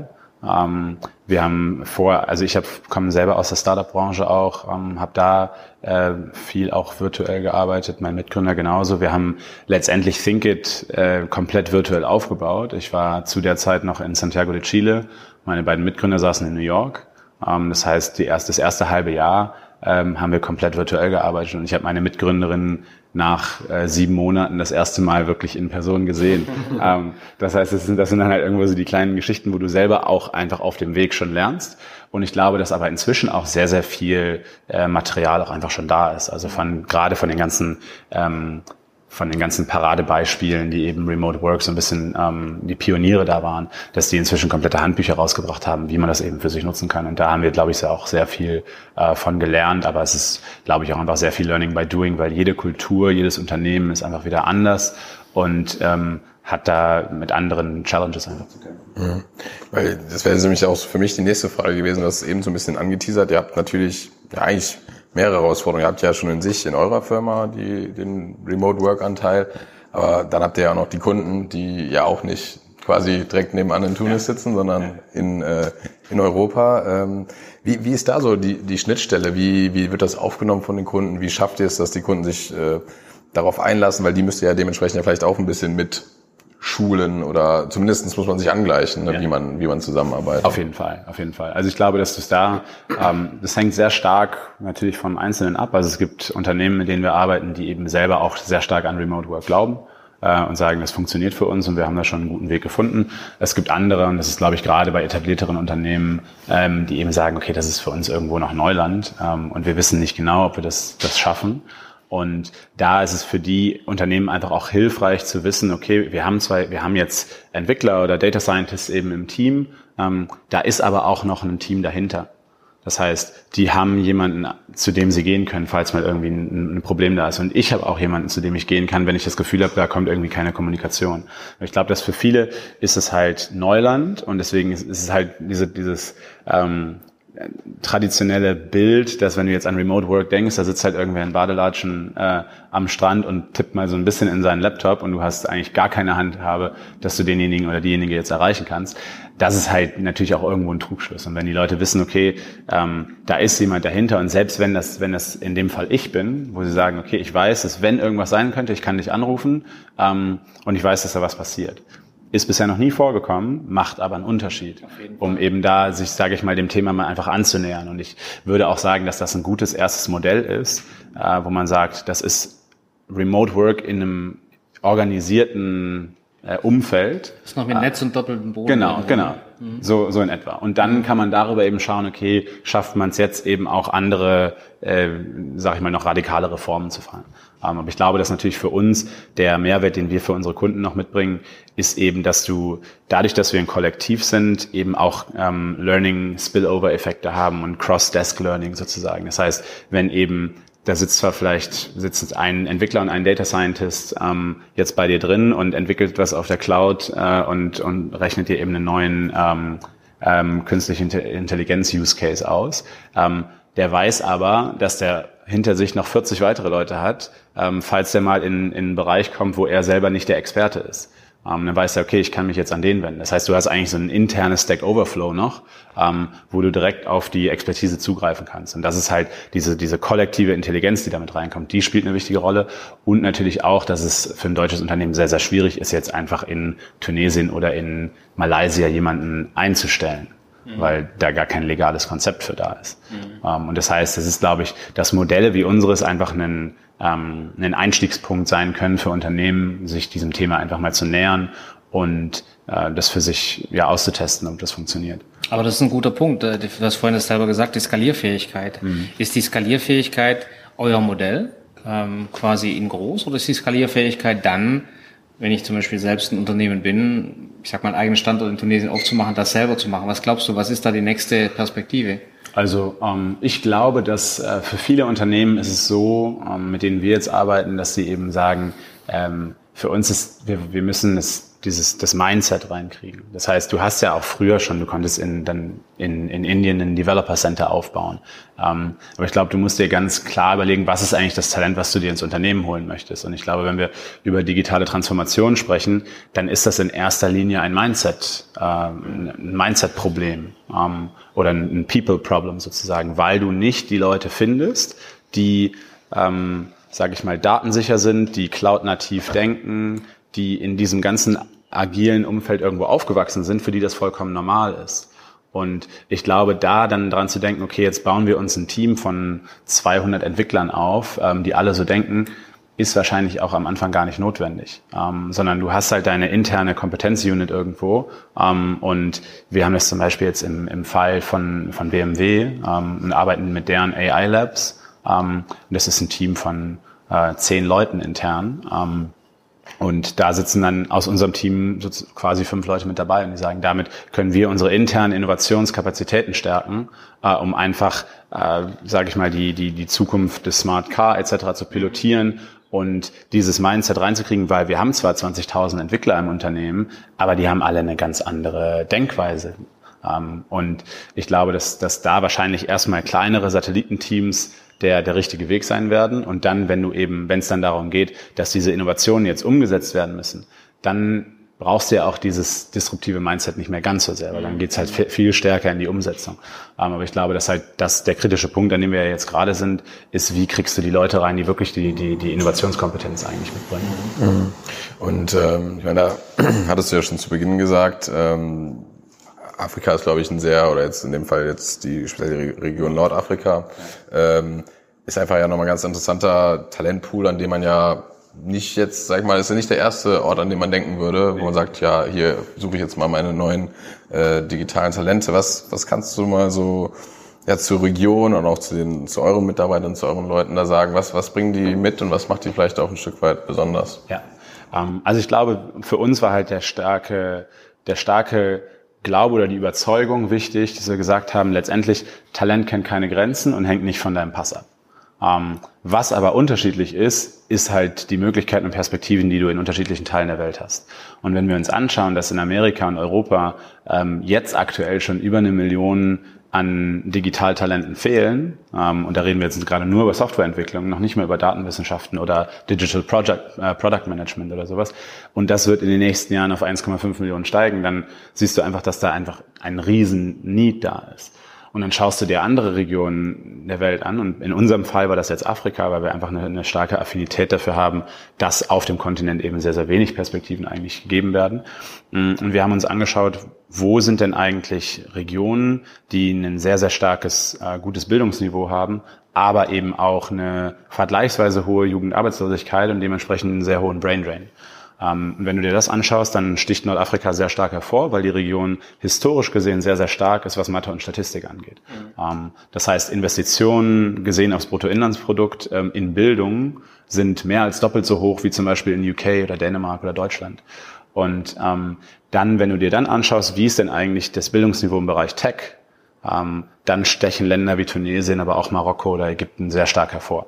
Ähm, wir haben vor, also ich habe komme selber aus der Startup-Branche auch, ähm, habe da äh, viel auch virtuell gearbeitet, mein Mitgründer genauso. Wir haben letztendlich ThinkIt äh, komplett virtuell aufgebaut. Ich war zu der Zeit noch in Santiago de Chile, meine beiden Mitgründer saßen in New York. Ähm, das heißt, die erst, das erste halbe Jahr ähm, haben wir komplett virtuell gearbeitet und ich habe meine Mitgründerin nach äh, sieben Monaten das erste Mal wirklich in Person gesehen. ähm, das heißt, das sind, das sind dann halt irgendwo so die kleinen Geschichten, wo du selber auch einfach auf dem Weg schon lernst. Und ich glaube, dass aber inzwischen auch sehr, sehr viel äh, Material auch einfach schon da ist. Also von gerade von den ganzen ähm, von den ganzen Paradebeispielen, die eben Remote Work so ein bisschen ähm, die Pioniere da waren, dass die inzwischen komplette Handbücher rausgebracht haben, wie man das eben für sich nutzen kann. Und da haben wir, glaube ich, auch sehr viel äh, von gelernt. Aber es ist, glaube ich, auch einfach sehr viel Learning by Doing, weil jede Kultur, jedes Unternehmen ist einfach wieder anders und ähm, hat da mit anderen Challenges einfach zu kämpfen. Mhm. Weil das wäre nämlich auch für mich die nächste Frage gewesen, das ist eben so ein bisschen angeteasert. Ihr habt natürlich ja eigentlich mehrere Herausforderungen. Ihr habt ja schon in sich in eurer Firma die, den Remote-Work-Anteil, aber dann habt ihr ja auch noch die Kunden, die ja auch nicht quasi direkt nebenan in Tunis sitzen, sondern in, äh, in Europa. Ähm, wie, wie ist da so die, die Schnittstelle? Wie, wie wird das aufgenommen von den Kunden? Wie schafft ihr es, dass die Kunden sich äh, darauf einlassen? Weil die müsst ihr ja dementsprechend ja vielleicht auch ein bisschen mit schulen oder zumindest muss man sich angleichen, ne, ja. wie man wie man zusammenarbeitet. Auf jeden Fall, auf jeden Fall. Also ich glaube, dass das da, ähm, das hängt sehr stark natürlich vom Einzelnen ab. Also es gibt Unternehmen, mit denen wir arbeiten, die eben selber auch sehr stark an Remote Work glauben äh, und sagen, das funktioniert für uns und wir haben da schon einen guten Weg gefunden. Es gibt andere, und das ist, glaube ich, gerade bei etablierteren Unternehmen, ähm, die eben sagen, okay, das ist für uns irgendwo noch Neuland ähm, und wir wissen nicht genau, ob wir das das schaffen. Und da ist es für die Unternehmen einfach auch hilfreich zu wissen, okay, wir haben zwei, wir haben jetzt Entwickler oder Data Scientists eben im Team, ähm, da ist aber auch noch ein Team dahinter. Das heißt, die haben jemanden, zu dem sie gehen können, falls mal irgendwie ein, ein Problem da ist. Und ich habe auch jemanden, zu dem ich gehen kann, wenn ich das Gefühl habe, da kommt irgendwie keine Kommunikation. Ich glaube, dass für viele ist es halt Neuland und deswegen ist es halt diese, dieses ähm, traditionelle Bild, dass wenn du jetzt an Remote Work denkst, da sitzt halt irgendwer in Badelatschen äh, am Strand und tippt mal so ein bisschen in seinen Laptop und du hast eigentlich gar keine Handhabe, dass du denjenigen oder diejenige jetzt erreichen kannst. Das ist halt natürlich auch irgendwo ein Trugschluss. Und wenn die Leute wissen, okay, ähm, da ist jemand dahinter und selbst wenn das, wenn das in dem Fall ich bin, wo sie sagen, okay, ich weiß, dass wenn irgendwas sein könnte, ich kann dich anrufen ähm, und ich weiß, dass da was passiert. Ist bisher noch nie vorgekommen, macht aber einen Unterschied, um eben da sich, sage ich mal, dem Thema mal einfach anzunähern. Und ich würde auch sagen, dass das ein gutes erstes Modell ist, äh, wo man sagt, das ist Remote Work in einem organisierten äh, Umfeld. Das ist noch mit Netz und doppeltem Boden. Genau, genau. Mhm. So, so in etwa. Und dann kann man darüber eben schauen, okay, schafft man es jetzt eben auch andere, äh, sag ich mal, noch radikalere Formen zu fahren. Ähm, aber ich glaube, dass natürlich für uns der Mehrwert, den wir für unsere Kunden noch mitbringen, ist eben, dass du dadurch, dass wir ein Kollektiv sind, eben auch ähm, Learning-Spillover-Effekte haben und Cross-Desk-Learning sozusagen. Das heißt, wenn eben da sitzt zwar vielleicht sitzt ein Entwickler und ein Data Scientist ähm, jetzt bei dir drin und entwickelt was auf der Cloud äh, und, und rechnet dir eben einen neuen ähm, ähm, künstliche Intelligenz-Use-Case aus. Ähm, der weiß aber, dass der hinter sich noch vierzig weitere Leute hat, ähm, falls der mal in, in einen Bereich kommt, wo er selber nicht der Experte ist. Ähm, dann weiß er, okay, ich kann mich jetzt an den wenden. Das heißt, du hast eigentlich so ein internes Stack Overflow noch, ähm, wo du direkt auf die Expertise zugreifen kannst. Und das ist halt diese, diese kollektive Intelligenz, die damit reinkommt, die spielt eine wichtige Rolle. Und natürlich auch, dass es für ein deutsches Unternehmen sehr, sehr schwierig ist, jetzt einfach in Tunesien oder in Malaysia jemanden einzustellen, mhm. weil da gar kein legales Konzept für da ist. Mhm. Ähm, und das heißt, das ist, glaube ich, dass Modelle wie unseres einfach einen ähm, einen Einstiegspunkt sein können für Unternehmen, sich diesem Thema einfach mal zu nähern und äh, das für sich ja auszutesten, ob das funktioniert. Aber das ist ein guter Punkt. Du hast vorhin das selber gesagt, die Skalierfähigkeit. Mhm. Ist die Skalierfähigkeit euer Modell ähm, quasi in groß oder ist die Skalierfähigkeit dann, wenn ich zum Beispiel selbst ein Unternehmen bin, ich sag mal, einen eigenen Standort in Tunesien aufzumachen, das selber zu machen? Was glaubst du, was ist da die nächste Perspektive? Also ähm, ich glaube, dass äh, für viele Unternehmen ist es so, ähm, mit denen wir jetzt arbeiten, dass sie eben sagen, ähm, für uns ist, wir, wir müssen es, dieses, das Mindset reinkriegen. Das heißt, du hast ja auch früher schon, du konntest in, dann in, in Indien ein Developer Center aufbauen. Ähm, aber ich glaube, du musst dir ganz klar überlegen, was ist eigentlich das Talent, was du dir ins Unternehmen holen möchtest. Und ich glaube, wenn wir über digitale Transformation sprechen, dann ist das in erster Linie ein Mindset, äh, ein Mindset-Problem, ähm, oder ein People-Problem sozusagen, weil du nicht die Leute findest, die, ähm, sage ich mal, datensicher sind, die cloud-nativ denken, die in diesem ganzen agilen Umfeld irgendwo aufgewachsen sind, für die das vollkommen normal ist. Und ich glaube, da dann dran zu denken, okay, jetzt bauen wir uns ein Team von zweihundert Entwicklern auf, ähm, die alle so denken, ist wahrscheinlich auch am Anfang gar nicht notwendig. Ähm, sondern du hast halt deine interne Kompetenzunit irgendwo. Ähm, und wir haben das zum Beispiel jetzt im, im Fall von, von B M W ähm, und arbeiten mit deren A I Labs. Ähm, und das ist ein Team von äh, zehn Leuten intern. Ähm, Und da sitzen dann aus unserem Team so quasi fünf Leute mit dabei und die sagen, damit können wir unsere internen Innovationskapazitäten stärken, äh, um einfach, äh, sage ich mal, die die die Zukunft des Smart Car et cetera zu pilotieren und dieses Mindset reinzukriegen, weil wir haben zwar zwanzigtausend Entwickler im Unternehmen, aber die haben alle eine ganz andere Denkweise. Ähm, und ich glaube, dass dass da wahrscheinlich erstmal kleinere Satellitenteams der der richtige Weg sein werden. Und dann, wenn du eben, wenn es dann darum geht, dass diese Innovationen jetzt umgesetzt werden müssen, dann brauchst du ja auch dieses disruptive Mindset nicht mehr ganz so sehr, weil dann geht's halt viel stärker in die Umsetzung. Aber ich glaube, dass halt das der kritische Punkt, an dem wir jetzt gerade sind, ist, wie kriegst du die Leute rein, die wirklich die die die Innovationskompetenz eigentlich mitbringen. Und ähm, ich meine, da hattest du ja schon zu Beginn gesagt, ähm, Afrika ist, glaube ich, ein sehr, oder jetzt in dem Fall jetzt die spezielle Region Nordafrika, ähm, ist einfach ja nochmal ein ganz interessanter Talentpool, an dem man ja nicht jetzt, sag ich mal, ist ja nicht der erste Ort, an dem man denken würde, wo man sagt, ja, hier suche ich jetzt mal meine neuen äh, digitalen Talente. Was was kannst du mal so ja zur Region und auch zu den zu euren Mitarbeitern, zu euren Leuten da sagen? Was was bringen die mit und was macht die vielleicht auch ein Stück weit besonders? Ja, ähm, also ich glaube, für uns war halt der starke der starke Glaube oder die Überzeugung wichtig, dass wir gesagt haben, letztendlich Talent kennt keine Grenzen und hängt nicht von deinem Pass ab. Ähm, was aber unterschiedlich ist, ist halt die Möglichkeiten und Perspektiven, die du in unterschiedlichen Teilen der Welt hast. Und wenn wir uns anschauen, dass in Amerika und Europa ähm, jetzt aktuell schon über eine Million an Digitaltalenten fehlen, ähm, und da reden wir jetzt gerade nur über Softwareentwicklung, noch nicht mehr über Datenwissenschaften oder Digital Project, äh, Product Management oder sowas, und das wird in den nächsten Jahren auf eins Komma fünf Millionen steigen, dann siehst du einfach, dass da einfach ein riesen Need da ist. Und dann schaust du dir andere Regionen der Welt an. Und in unserem Fall war das jetzt Afrika, weil wir einfach eine, eine starke Affinität dafür haben, dass auf dem Kontinent eben sehr, sehr wenig Perspektiven eigentlich gegeben werden. Und wir haben uns angeschaut, wo sind denn eigentlich Regionen, die ein sehr, sehr starkes, äh, gutes Bildungsniveau haben, aber eben auch eine vergleichsweise hohe Jugendarbeitslosigkeit und dementsprechend einen sehr hohen Braindrain. Ähm, wenn du dir das anschaust, dann sticht Nordafrika sehr stark hervor, weil die Region historisch gesehen sehr, sehr stark ist, was Mathe und Statistik angeht. Mhm. Ähm, das heißt, Investitionen gesehen aufs Bruttoinlandsprodukt ähm, in Bildung sind mehr als doppelt so hoch wie zum Beispiel in U K oder Dänemark oder Deutschland. Und ähm, dann, wenn du dir dann anschaust, wie ist denn eigentlich das Bildungsniveau im Bereich Tech, ähm, dann stechen Länder wie Tunesien, aber auch Marokko oder Ägypten sehr stark hervor.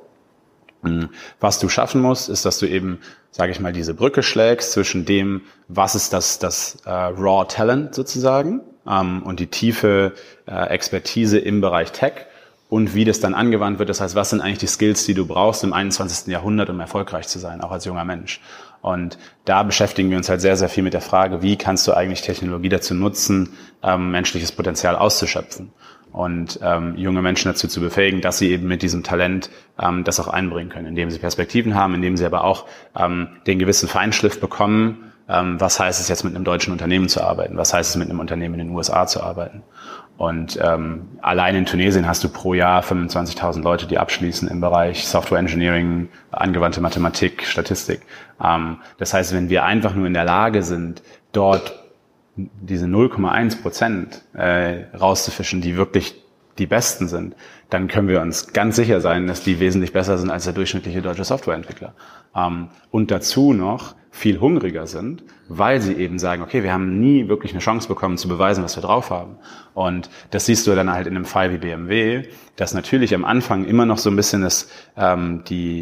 Was du schaffen musst, ist, dass du eben, sage ich mal, diese Brücke schlägst zwischen dem, was ist das, das äh, Raw Talent sozusagen, ähm, und die tiefe äh, Expertise im Bereich Tech und wie das dann angewandt wird. Das heißt, was sind eigentlich die Skills, die du brauchst im einundzwanzigsten Jahrhundert, um erfolgreich zu sein, auch als junger Mensch. Und da beschäftigen wir uns halt sehr, sehr viel mit der Frage, wie kannst du eigentlich Technologie dazu nutzen, ähm, menschliches Potenzial auszuschöpfen. Und ähm, junge Menschen dazu zu befähigen, dass sie eben mit diesem Talent ähm, das auch einbringen können, indem sie Perspektiven haben, indem sie aber auch ähm, den gewissen Feinschliff bekommen, ähm, was heißt es jetzt mit einem deutschen Unternehmen zu arbeiten, was heißt es mit einem Unternehmen in den U S A zu arbeiten. Und ähm, allein in Tunesien hast du pro Jahr fünfundzwanzigtausend Leute, die abschließen im Bereich Software Engineering, angewandte Mathematik, Statistik. Ähm, das heißt, wenn wir einfach nur in der Lage sind, dort diese null Komma eins Prozent äh, rauszufischen, die wirklich die Besten sind, dann können wir uns ganz sicher sein, dass die wesentlich besser sind als der durchschnittliche deutsche Softwareentwickler. Ähm, und dazu noch viel hungriger sind, weil sie eben sagen, okay, wir haben nie wirklich eine Chance bekommen, zu beweisen, was wir drauf haben. Und das siehst du dann halt in einem Fall wie B M W, dass natürlich am Anfang immer noch so ein bisschen das, ähm, die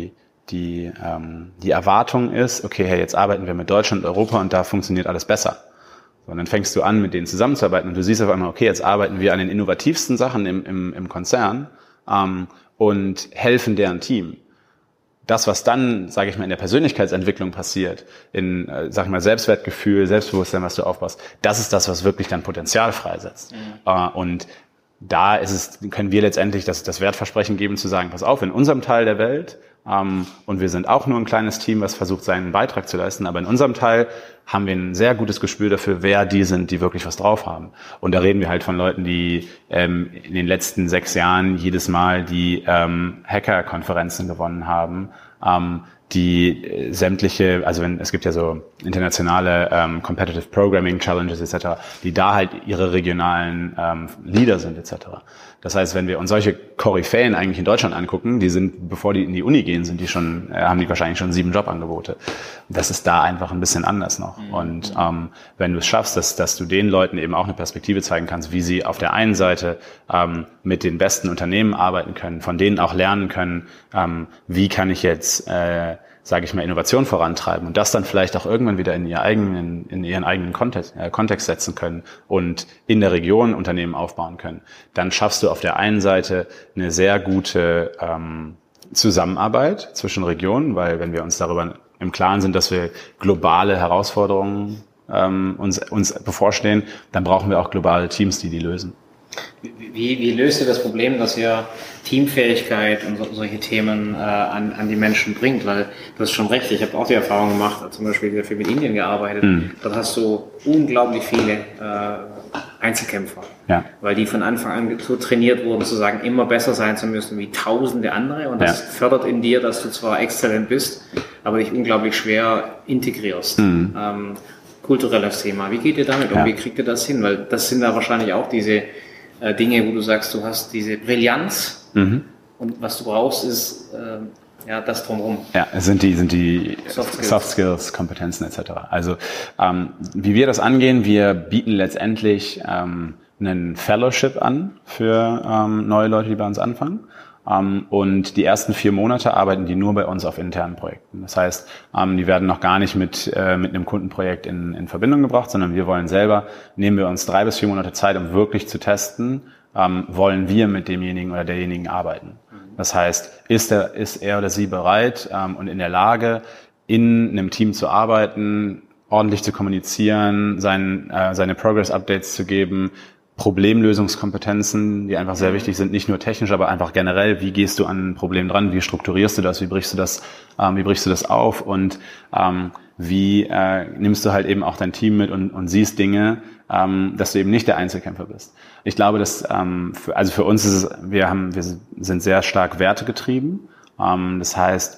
die, ähm, die Erwartung ist, okay, hey, jetzt arbeiten wir mit Deutschland und Europa und da funktioniert alles besser. So, und dann fängst du an, mit denen zusammenzuarbeiten und du siehst auf einmal, okay, jetzt arbeiten wir an den innovativsten Sachen im, im, im Konzern ähm, und helfen deren Team. Das, was dann, sage ich mal, in der Persönlichkeitsentwicklung passiert, in, äh, sag ich mal, Selbstwertgefühl, Selbstbewusstsein, was du aufbaust, das ist das, was wirklich dann Potenzial freisetzt. Mhm. Äh, und da ist es, können wir letztendlich das, das Wertversprechen geben, zu sagen, pass auf, in unserem Teil der Welt, ähm, und wir sind auch nur ein kleines Team, was versucht, seinen Beitrag zu leisten, aber in unserem Teil haben wir ein sehr gutes Gespür dafür, wer die sind, die wirklich was drauf haben. Und da reden wir halt von Leuten, die ähm, in den letzten sechs Jahren jedes Mal die ähm, Hacker-Konferenzen gewonnen haben, ähm, die äh, sämtliche, also wenn es gibt ja so internationale ähm, Competitive Programming Challenges et cetera, die da halt ihre regionalen ähm, Leader sind et cetera. Das heißt, wenn wir uns solche Koryphäen eigentlich in Deutschland angucken, die sind, bevor die in die Uni gehen, sind die schon, äh, haben die wahrscheinlich schon sieben Jobangebote. Das ist da einfach ein bisschen anders noch. Mhm. Und ähm, wenn du es schaffst, dass, dass du den Leuten eben auch eine Perspektive zeigen kannst, wie sie auf der einen Seite ähm, mit den besten Unternehmen arbeiten können, von denen auch lernen können, ähm, wie kann ich jetzt äh, sage ich mal, Innovation vorantreiben und das dann vielleicht auch irgendwann wieder in, ihr eigenen, in ihren eigenen Kontext, äh, Kontext setzen können und in der Region Unternehmen aufbauen können, dann schaffst du auf der einen Seite eine sehr gute ähm, Zusammenarbeit zwischen Regionen, weil wenn wir uns darüber im Klaren sind, dass wir globale Herausforderungen ähm, uns, uns bevorstehen, dann brauchen wir auch globale Teams, die die lösen. Wie, wie löst ihr das Problem, dass ihr Teamfähigkeit und so, solche Themen äh, an, an die Menschen bringt? Weil du hast schon recht, ich habe auch die Erfahrung gemacht, zum Beispiel sehr viel mit Indien gearbeitet, mhm. dort hast du unglaublich viele äh, Einzelkämpfer, ja. weil die von Anfang an so trainiert wurden, zu sagen, immer besser sein zu müssen wie tausende andere und das ja. fördert in dir, dass du zwar exzellent bist, aber dich unglaublich schwer integrierst. Mhm. Ähm, kulturelles Thema, wie geht ihr damit um? Ja. Wie kriegt ihr das hin? Weil das sind da wahrscheinlich auch diese Dinge, wo du sagst, du hast diese Brillanz mhm. und was du brauchst, ist äh, ja das drumherum. Ja, es sind die, sind die Soft Skills, Soft Skills Kompetenzen et cetera. Also ähm, wie wir das angehen, wir bieten letztendlich ähm, einen Fellowship an für ähm, neue Leute, die bei uns anfangen. Um, und die ersten vier Monate arbeiten die nur bei uns auf internen Projekten. Das heißt, um, die werden noch gar nicht mit, äh, mit einem Kundenprojekt in, in Verbindung gebracht, sondern wir wollen selber, nehmen wir uns drei bis vier Monate Zeit, um wirklich zu testen, um, wollen wir mit demjenigen oder derjenigen arbeiten. Das heißt, ist er, ist er oder sie bereit um, und in der Lage, in einem Team zu arbeiten, ordentlich zu kommunizieren, sein, äh, seine Progress-Updates zu geben, Problemlösungskompetenzen, die einfach sehr wichtig sind, nicht nur technisch, aber einfach generell. Wie gehst du an ein Problem dran? Wie strukturierst du das? Wie brichst du das? Ähm, wie brichst du das auf? Und ähm, wie äh, nimmst du halt eben auch dein Team mit und, und siehst Dinge, ähm, dass du eben nicht der Einzelkämpfer bist? Ich glaube, dass ähm, für, also für uns ist es, wir haben, wir sind sehr stark wertegetrieben. Ähm, das heißt,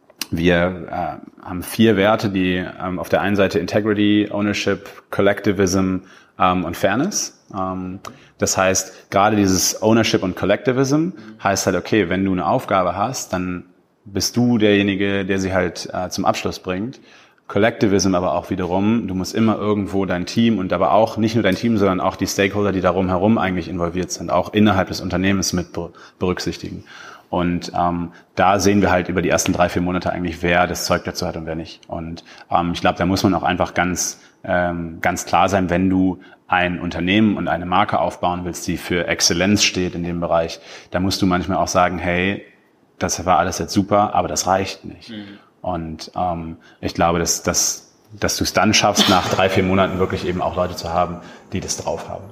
wir äh, haben vier Werte, die ähm, auf der einen Seite Integrity, Ownership, Collectivism ähm, und Fairness. Ähm, das heißt, gerade dieses Ownership und Collectivism heißt halt, okay, wenn du eine Aufgabe hast, dann bist du derjenige, der sie halt äh, zum Abschluss bringt. Collectivism aber auch wiederum, du musst immer irgendwo dein Team und aber auch nicht nur dein Team, sondern auch die Stakeholder, die darum herum eigentlich involviert sind, auch innerhalb des Unternehmens mit berücksichtigen. Und ähm, da sehen wir halt über die ersten drei, vier Monate eigentlich, wer das Zeug dazu hat und wer nicht. Und ähm, ich glaube, da muss man auch einfach ganz ähm, ganz klar sein, wenn du ein Unternehmen und eine Marke aufbauen willst, die für Exzellenz steht in dem Bereich, da musst du manchmal auch sagen, hey, das war alles jetzt super, aber das reicht nicht. Mhm. Und ähm, ich glaube, dass, dass, dass du es dann schaffst, nach drei, vier Monaten wirklich eben auch Leute zu haben, die das drauf haben.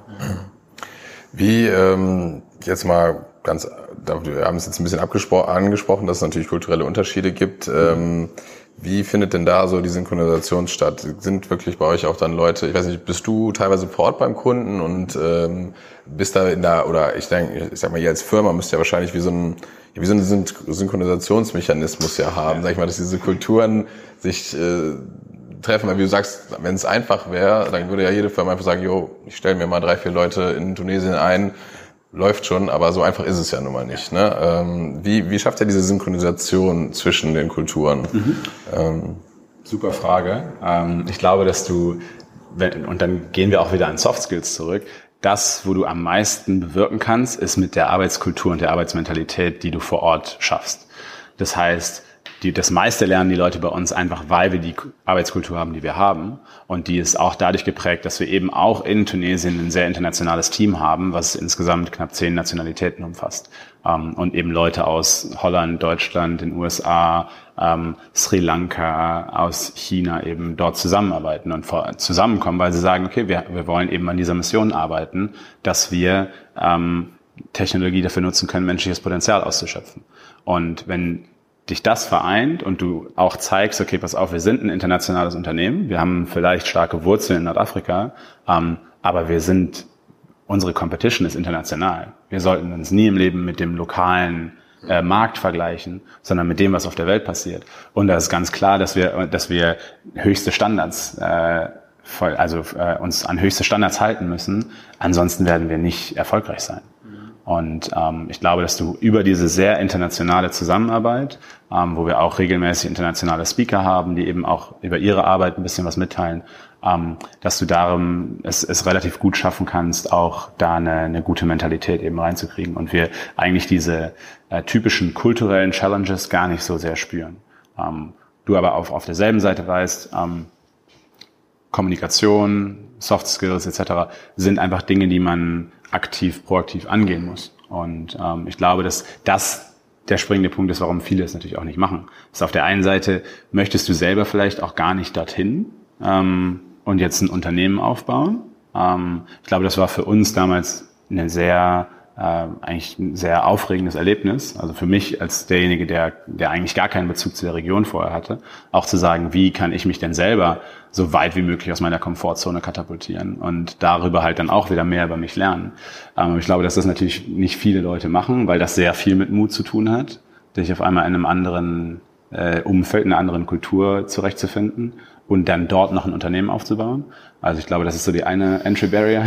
Wie, ähm, jetzt mal ganz, wir haben es jetzt ein bisschen abgespro- angesprochen, dass es natürlich kulturelle Unterschiede gibt. Mhm. Ähm, wie findet denn da so die Synchronisation statt? Sind wirklich bei euch auch dann Leute, ich weiß nicht, bist du teilweise vor Ort beim Kunden und ähm, bist da in der, oder ich denke, ich sag mal, ihr als Firma müsst ja wahrscheinlich wie so ein, wie so einen Synchronisationsmechanismus ja haben, ja. Sag ich mal, dass diese Kulturen sich äh, treffen, weil wie du sagst, wenn es einfach wäre, dann würde ja jede Firma einfach sagen, jo, ich stelle mir mal drei, vier Leute in Tunesien ein, läuft schon, aber so einfach ist es ja nun mal nicht. Ne? Ähm, wie, wie schafft ihr diese Synchronisation zwischen den Kulturen? Mhm. Ähm, Super Frage. Ähm, ich glaube, dass du, wenn, und dann gehen wir auch wieder an Soft Skills zurück, das, wo du am meisten bewirken kannst, ist mit der Arbeitskultur und der Arbeitsmentalität, die du vor Ort schaffst. Das heißt, die, das meiste lernen die Leute bei uns einfach, weil wir die Arbeitskultur haben, die wir haben. Und die ist auch dadurch geprägt, dass wir eben auch in Tunesien ein sehr internationales Team haben, was insgesamt knapp zehn Nationalitäten umfasst. Ähm, und eben Leute aus Holland, Deutschland, den U S A, ähm, Sri Lanka, aus China eben dort zusammenarbeiten und vor, zusammenkommen, weil sie sagen, okay, wir, wir wollen eben an dieser Mission arbeiten, dass wir ähm, Technologie dafür nutzen können, menschliches Potenzial auszuschöpfen. Und wenn dich das vereint und du auch zeigst, okay, pass auf, wir sind ein internationales Unternehmen, wir haben vielleicht starke Wurzeln in Nordafrika, ähm, aber wir sind, unsere Competition ist international. Wir sollten uns nie im Leben mit dem lokalen äh, Markt vergleichen, sondern mit dem, was auf der Welt passiert. Und da ist ganz klar, dass wir, dass wir höchste Standards, äh, voll, also äh, uns an höchste Standards halten müssen. Ansonsten werden wir nicht erfolgreich sein. Und ähm, ich glaube, dass du über diese sehr internationale Zusammenarbeit, ähm, wo wir auch regelmäßig internationale Speaker haben, die eben auch über ihre Arbeit ein bisschen was mitteilen, ähm, dass du darum es, es relativ gut schaffen kannst, auch da eine, eine gute Mentalität eben reinzukriegen. Und wir eigentlich diese äh, typischen kulturellen Challenges gar nicht so sehr spüren. Ähm, du aber auf, auf derselben Seite weißt, ähm, Kommunikation, Soft Skills et cetera sind einfach Dinge, die man aktiv, proaktiv angehen muss. Und ähm, ich glaube, dass das der springende Punkt ist, warum viele es natürlich auch nicht machen. Das ist auf der einen Seite, möchtest du selber vielleicht auch gar nicht dorthin ähm, und jetzt ein Unternehmen aufbauen. Ähm, ich glaube, das war für uns damals eine sehr, äh, eigentlich ein sehr aufregendes Erlebnis. Also für mich als derjenige, der, der eigentlich gar keinen Bezug zu der Region vorher hatte, auch zu sagen, wie kann ich mich denn selber so weit wie möglich aus meiner Komfortzone katapultieren und darüber halt dann auch wieder mehr über mich lernen. Ähm, ich glaube, dass das natürlich nicht viele Leute machen, weil das sehr viel mit Mut zu tun hat, sich auf einmal in einem anderen äh, Umfeld, in einer anderen Kultur zurechtzufinden und dann dort noch ein Unternehmen aufzubauen. Also ich glaube, das ist so die eine Entry Barrier,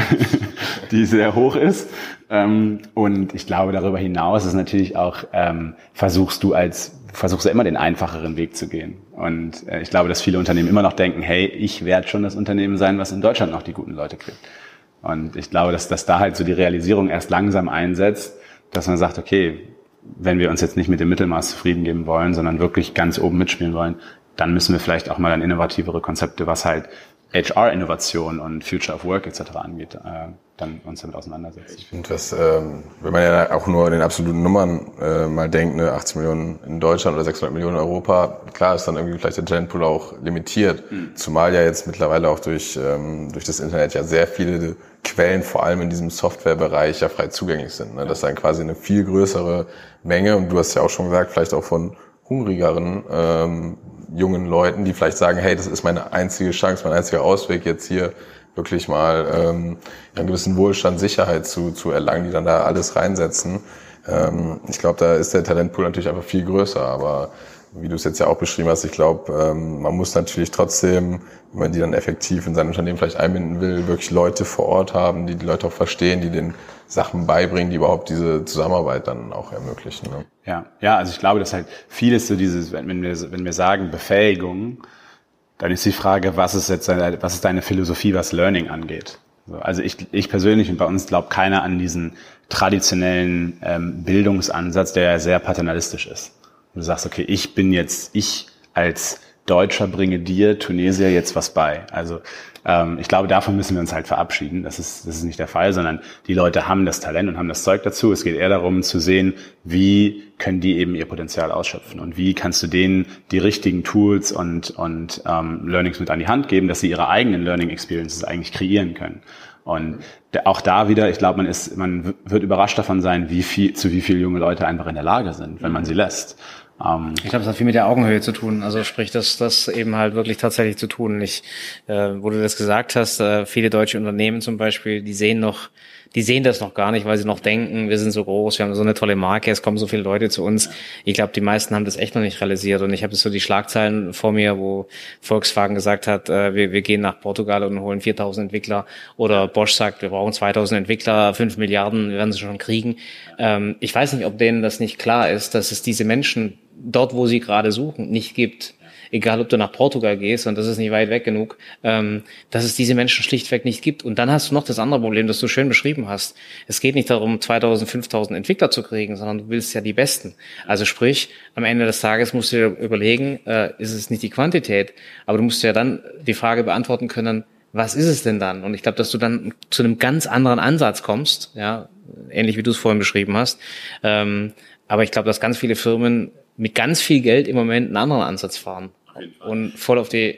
die sehr hoch ist. Ähm, und ich glaube, darüber hinaus ist natürlich auch, ähm, versuchst du als versuchst ja immer den einfacheren Weg zu gehen. Und äh, ich glaube, dass viele Unternehmen immer noch denken, hey, ich werde schon das Unternehmen sein, was in Deutschland noch die guten Leute kriegt. Und ich glaube, dass, dass da halt so die Realisierung erst langsam einsetzt, dass man sagt, okay, wenn wir uns jetzt nicht mit dem Mittelmaß zufrieden geben wollen, sondern wirklich ganz oben mitspielen wollen, dann müssen wir vielleicht auch mal an innovativere Konzepte, was halt H R-Innovation und Future of Work et cetera angeht, äh, dann uns damit auseinandersetzen. Ich finde das, ähm, wenn man ja auch nur in den absoluten Nummern äh, mal denkt, ne, achtzig Millionen in Deutschland oder sechshundert Millionen in Europa, klar ist dann irgendwie vielleicht der Talentpool auch limitiert, mhm. zumal ja jetzt mittlerweile auch durch ähm, durch das Internet ja sehr viele Quellen, vor allem in diesem Softwarebereich, ja frei zugänglich sind. Ne? Ja. Das ist dann quasi eine viel größere Menge und du hast ja auch schon gesagt, vielleicht auch von hungrigeren ähm, jungen Leuten, die vielleicht sagen, hey, das ist meine einzige Chance, mein einziger Ausweg, jetzt hier wirklich mal ähm, einen gewissen Wohlstand, Sicherheit zu zu erlangen, die dann da alles reinsetzen. Ähm, ich glaube, da ist der Talentpool natürlich einfach viel größer, aber wie du es jetzt ja auch beschrieben hast, ich glaube, ähm, man muss natürlich trotzdem, wenn man die dann effektiv in sein Unternehmen vielleicht einbinden will, wirklich Leute vor Ort haben, die die Leute auch verstehen, die den Sachen beibringen, die überhaupt diese Zusammenarbeit dann auch ermöglichen. Ne? Ja, ja, also ich glaube, dass halt vieles so dieses, wenn wir, wenn wir sagen Befähigung, dann ist die Frage, was ist jetzt deine, was ist deine Philosophie, was Learning angeht? Also ich, ich persönlich und bei uns glaubt keiner an diesen traditionellen ähm, Bildungsansatz, der ja sehr paternalistisch ist. Du sagst, okay, ich bin jetzt, ich als Deutscher bringe dir, Tunesier, jetzt was bei. Also ähm, ich glaube, davon müssen wir uns halt verabschieden. Das ist, das ist nicht der Fall, sondern die Leute haben das Talent und haben das Zeug dazu. Es geht eher darum zu sehen, wie können die eben ihr Potenzial ausschöpfen und wie kannst du denen die richtigen Tools und, und ähm, Learnings mit an die Hand geben, dass sie ihre eigenen Learning Experiences eigentlich kreieren können. Und auch da wieder, ich glaube, man ist, man wird überrascht davon sein, wie viel, zu wie viele junge Leute einfach in der Lage sind, wenn man sie lässt. Um, ich glaube, das hat viel mit der Augenhöhe zu tun. Also sprich, das, das eben halt wirklich tatsächlich zu tun. Ich, äh, wo du das gesagt hast, äh, viele deutsche Unternehmen zum Beispiel, die sehen noch, die sehen das noch gar nicht, weil sie noch denken, wir sind so groß, wir haben so eine tolle Marke, es kommen so viele Leute zu uns. Ich glaube, die meisten haben das echt noch nicht realisiert. Und ich habe so die Schlagzeilen vor mir, wo Volkswagen gesagt hat, äh, wir, wir gehen nach Portugal und holen viertausend Entwickler. Oder Bosch sagt, wir brauchen zweitausend Entwickler, fünf Milliarden, wir werden sie schon kriegen. Ähm, ich weiß nicht, ob denen das nicht klar ist, dass es diese Menschen dort, wo sie gerade suchen, nicht gibt. Egal, ob du nach Portugal gehst, und das ist nicht weit weg genug, ähm, dass es diese Menschen schlichtweg nicht gibt. Und dann hast du noch das andere Problem, das du schön beschrieben hast. Es geht nicht darum, zweitausend, fünftausend Entwickler zu kriegen, sondern du willst ja die Besten. Also sprich, am Ende des Tages musst du dir überlegen, äh, ist es nicht die Quantität, aber du musst ja dann die Frage beantworten können, was ist es denn dann? Und ich glaube, dass du dann zu einem ganz anderen Ansatz kommst, ja, ähnlich wie du es vorhin beschrieben hast. Ähm, aber ich glaube, dass ganz viele Firmen mit ganz viel Geld im Moment einen anderen Ansatz fahren und voll auf die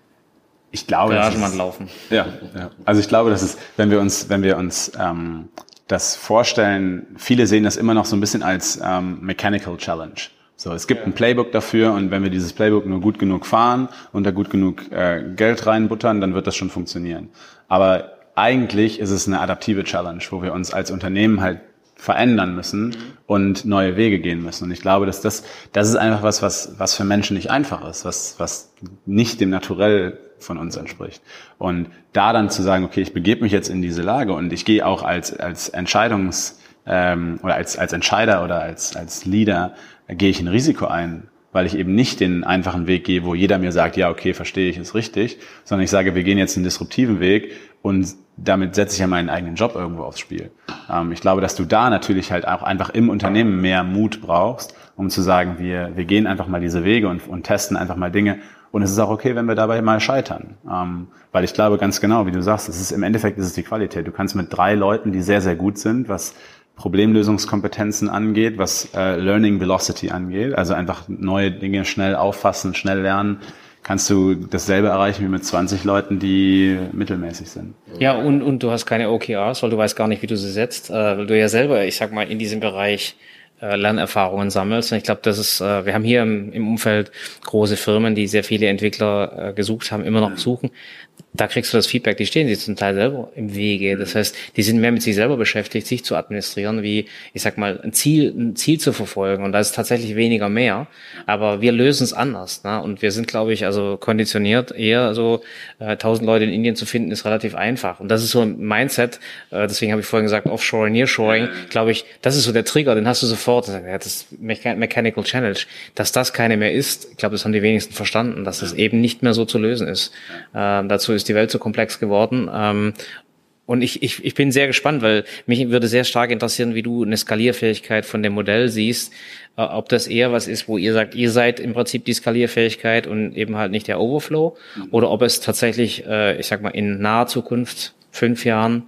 ich glaube, Garagenwand laufen. Ja, ja, also ich glaube, dass es, wenn wir uns, wenn wir uns ähm, das vorstellen, viele sehen das immer noch so ein bisschen als ähm, Mechanical Challenge. So, es gibt ein Playbook dafür und wenn wir dieses Playbook nur gut genug fahren und da gut genug äh, Geld reinbuttern, dann wird das schon funktionieren. Aber eigentlich ist es eine adaptive Challenge, wo wir uns als Unternehmen halt verändern müssen und neue Wege gehen müssen. Und ich glaube, dass das, das ist einfach was, was, was für Menschen nicht einfach ist, was, was nicht dem Naturell von uns entspricht. Und da dann zu sagen, okay, ich begebe mich jetzt in diese Lage und ich gehe auch als, als Entscheidungs, ähm, oder als, als Entscheider oder als, als Leader, äh, gehe ich ein Risiko ein, weil ich eben nicht den einfachen Weg gehe, wo jeder mir sagt, ja, okay, verstehe ich, ist richtig, sondern ich sage, wir gehen jetzt einen disruptiven Weg und damit setze ich ja meinen eigenen Job irgendwo aufs Spiel. Ähm, ich glaube, dass du da natürlich halt auch einfach im Unternehmen mehr Mut brauchst, um zu sagen, wir, wir gehen einfach mal diese Wege und, und testen einfach mal Dinge. Und es ist auch okay, wenn wir dabei mal scheitern. Ähm, weil ich glaube ganz genau, wie du sagst, es ist im Endeffekt ist es die Qualität. Du kannst mit drei Leuten, die sehr, sehr gut sind, was Problemlösungskompetenzen angeht, was äh, Learning Velocity angeht, also einfach neue Dinge schnell auffassen, schnell lernen, kannst du dasselbe erreichen wie mit zwanzig Leuten, die mittelmäßig sind. Ja, und, und du hast keine O K Rs, weil du weißt gar nicht, wie du sie setzt, äh, weil du ja selber, ich sag mal, in diesem Bereich äh, Lernerfahrungen sammelst. Und ich glaube, das ist, äh, wir haben hier im, im Umfeld große Firmen, die sehr viele Entwickler äh, gesucht haben, immer noch suchen. Da kriegst du das Feedback, die stehen sich zum Teil selber im Wege. Das heißt, die sind mehr mit sich selber beschäftigt, sich zu administrieren, wie, ich sag mal, ein Ziel, ein Ziel zu verfolgen. Und da ist tatsächlich weniger mehr. Aber wir lösen es anders, ne? Und wir sind, glaube ich, also konditioniert, eher so äh, tausend Leute in Indien zu finden, ist relativ einfach. Und das ist so ein Mindset. Äh, deswegen habe ich vorhin gesagt, Offshoring, Nearshoring. Glaube ich, das ist so der Trigger, den hast du sofort. Ja, das ist Mechanical Challenge. Dass das keine mehr ist, ich glaube, das haben die wenigsten verstanden, dass das eben nicht mehr so zu lösen ist. Äh, dazu ist die Welt so komplex geworden. Ähm, und ich, ich, ich bin sehr gespannt, weil mich würde sehr stark interessieren, wie du eine Skalierfähigkeit von dem Modell siehst. Äh, ob das eher was ist, wo ihr sagt, ihr seid im Prinzip die Skalierfähigkeit und eben halt nicht der Overflow. Mhm. Oder ob es tatsächlich, äh, ich sag mal, in naher Zukunft, fünf Jahren,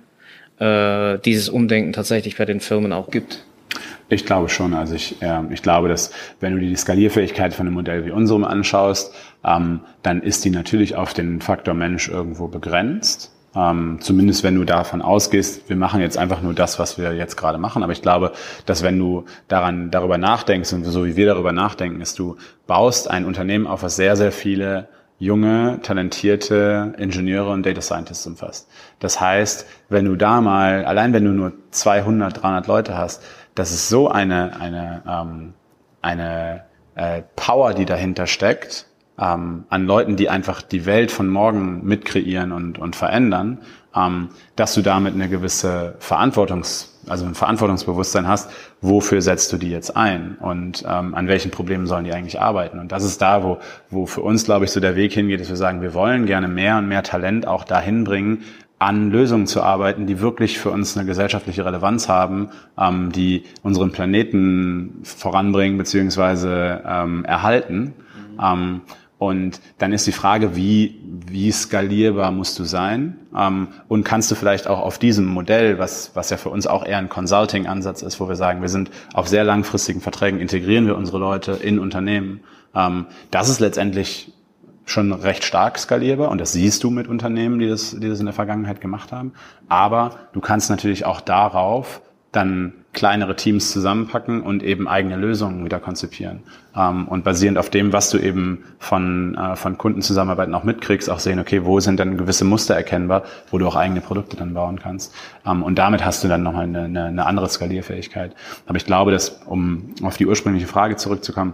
äh, dieses Umdenken tatsächlich bei den Firmen auch gibt. Ich glaube schon. Also ich, äh, ich glaube, dass wenn du dir die Skalierfähigkeit von einem Modell wie unserem anschaust, ähm, dann ist die natürlich auf den Faktor Mensch irgendwo begrenzt. Ähm, zumindest wenn du davon ausgehst, wir machen jetzt einfach nur das, was wir jetzt gerade machen. Aber ich glaube, dass wenn du daran darüber nachdenkst und so wie wir darüber nachdenken, ist, du baust ein Unternehmen auf, was sehr, sehr viele junge, talentierte Ingenieure und Data Scientists umfasst. Das heißt, wenn du da mal, allein wenn du nur zweihundert, dreihundert Leute hast, das ist so eine eine ähm, eine äh, Power, die dahinter steckt, ähm, an Leuten, die einfach die Welt von morgen mitkreieren und und verändern, ähm, dass du damit eine gewisse Verantwortungs also ein Verantwortungsbewusstsein hast, wofür setzt du die jetzt ein und ähm, an welchen Problemen sollen die eigentlich arbeiten. Und das ist da, wo wo für uns, glaube ich, so der Weg hingeht, dass wir sagen, wir wollen gerne mehr und mehr Talent auch dahin bringen, an Lösungen zu arbeiten, die wirklich für uns eine gesellschaftliche Relevanz haben, ähm, die unseren Planeten voranbringen beziehungsweise ähm, erhalten. Mhm. Ähm, und dann ist die Frage, wie wie skalierbar musst du sein? Ähm, und kannst du vielleicht auch auf diesem Modell, was was ja für uns auch eher ein Consulting-Ansatz ist, wo wir sagen, wir sind auf sehr langfristigen Verträgen, integrieren wir unsere Leute in Unternehmen. Ähm, das ist letztendlich schon recht stark skalierbar und das siehst du mit Unternehmen, die das, die das in der Vergangenheit gemacht haben. Aber du kannst natürlich auch darauf dann kleinere Teams zusammenpacken und eben eigene Lösungen wieder konzipieren. Ähm, und basierend auf dem, was du eben von, äh, von Kundenzusammenarbeiten auch mitkriegst, auch sehen, okay, wo sind dann gewisse Muster erkennbar, wo du auch eigene Produkte dann bauen kannst. Ähm, und damit hast du dann nochmal eine, eine, eine andere Skalierfähigkeit. Aber ich glaube, dass, um auf die ursprüngliche Frage zurückzukommen,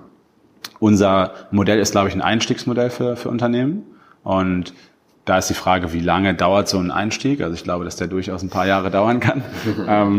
unser Modell ist, glaube ich, ein Einstiegsmodell für, für Unternehmen. Und da ist die Frage, wie lange dauert so ein Einstieg? Also ich glaube, dass der durchaus ein paar Jahre dauern kann. ähm,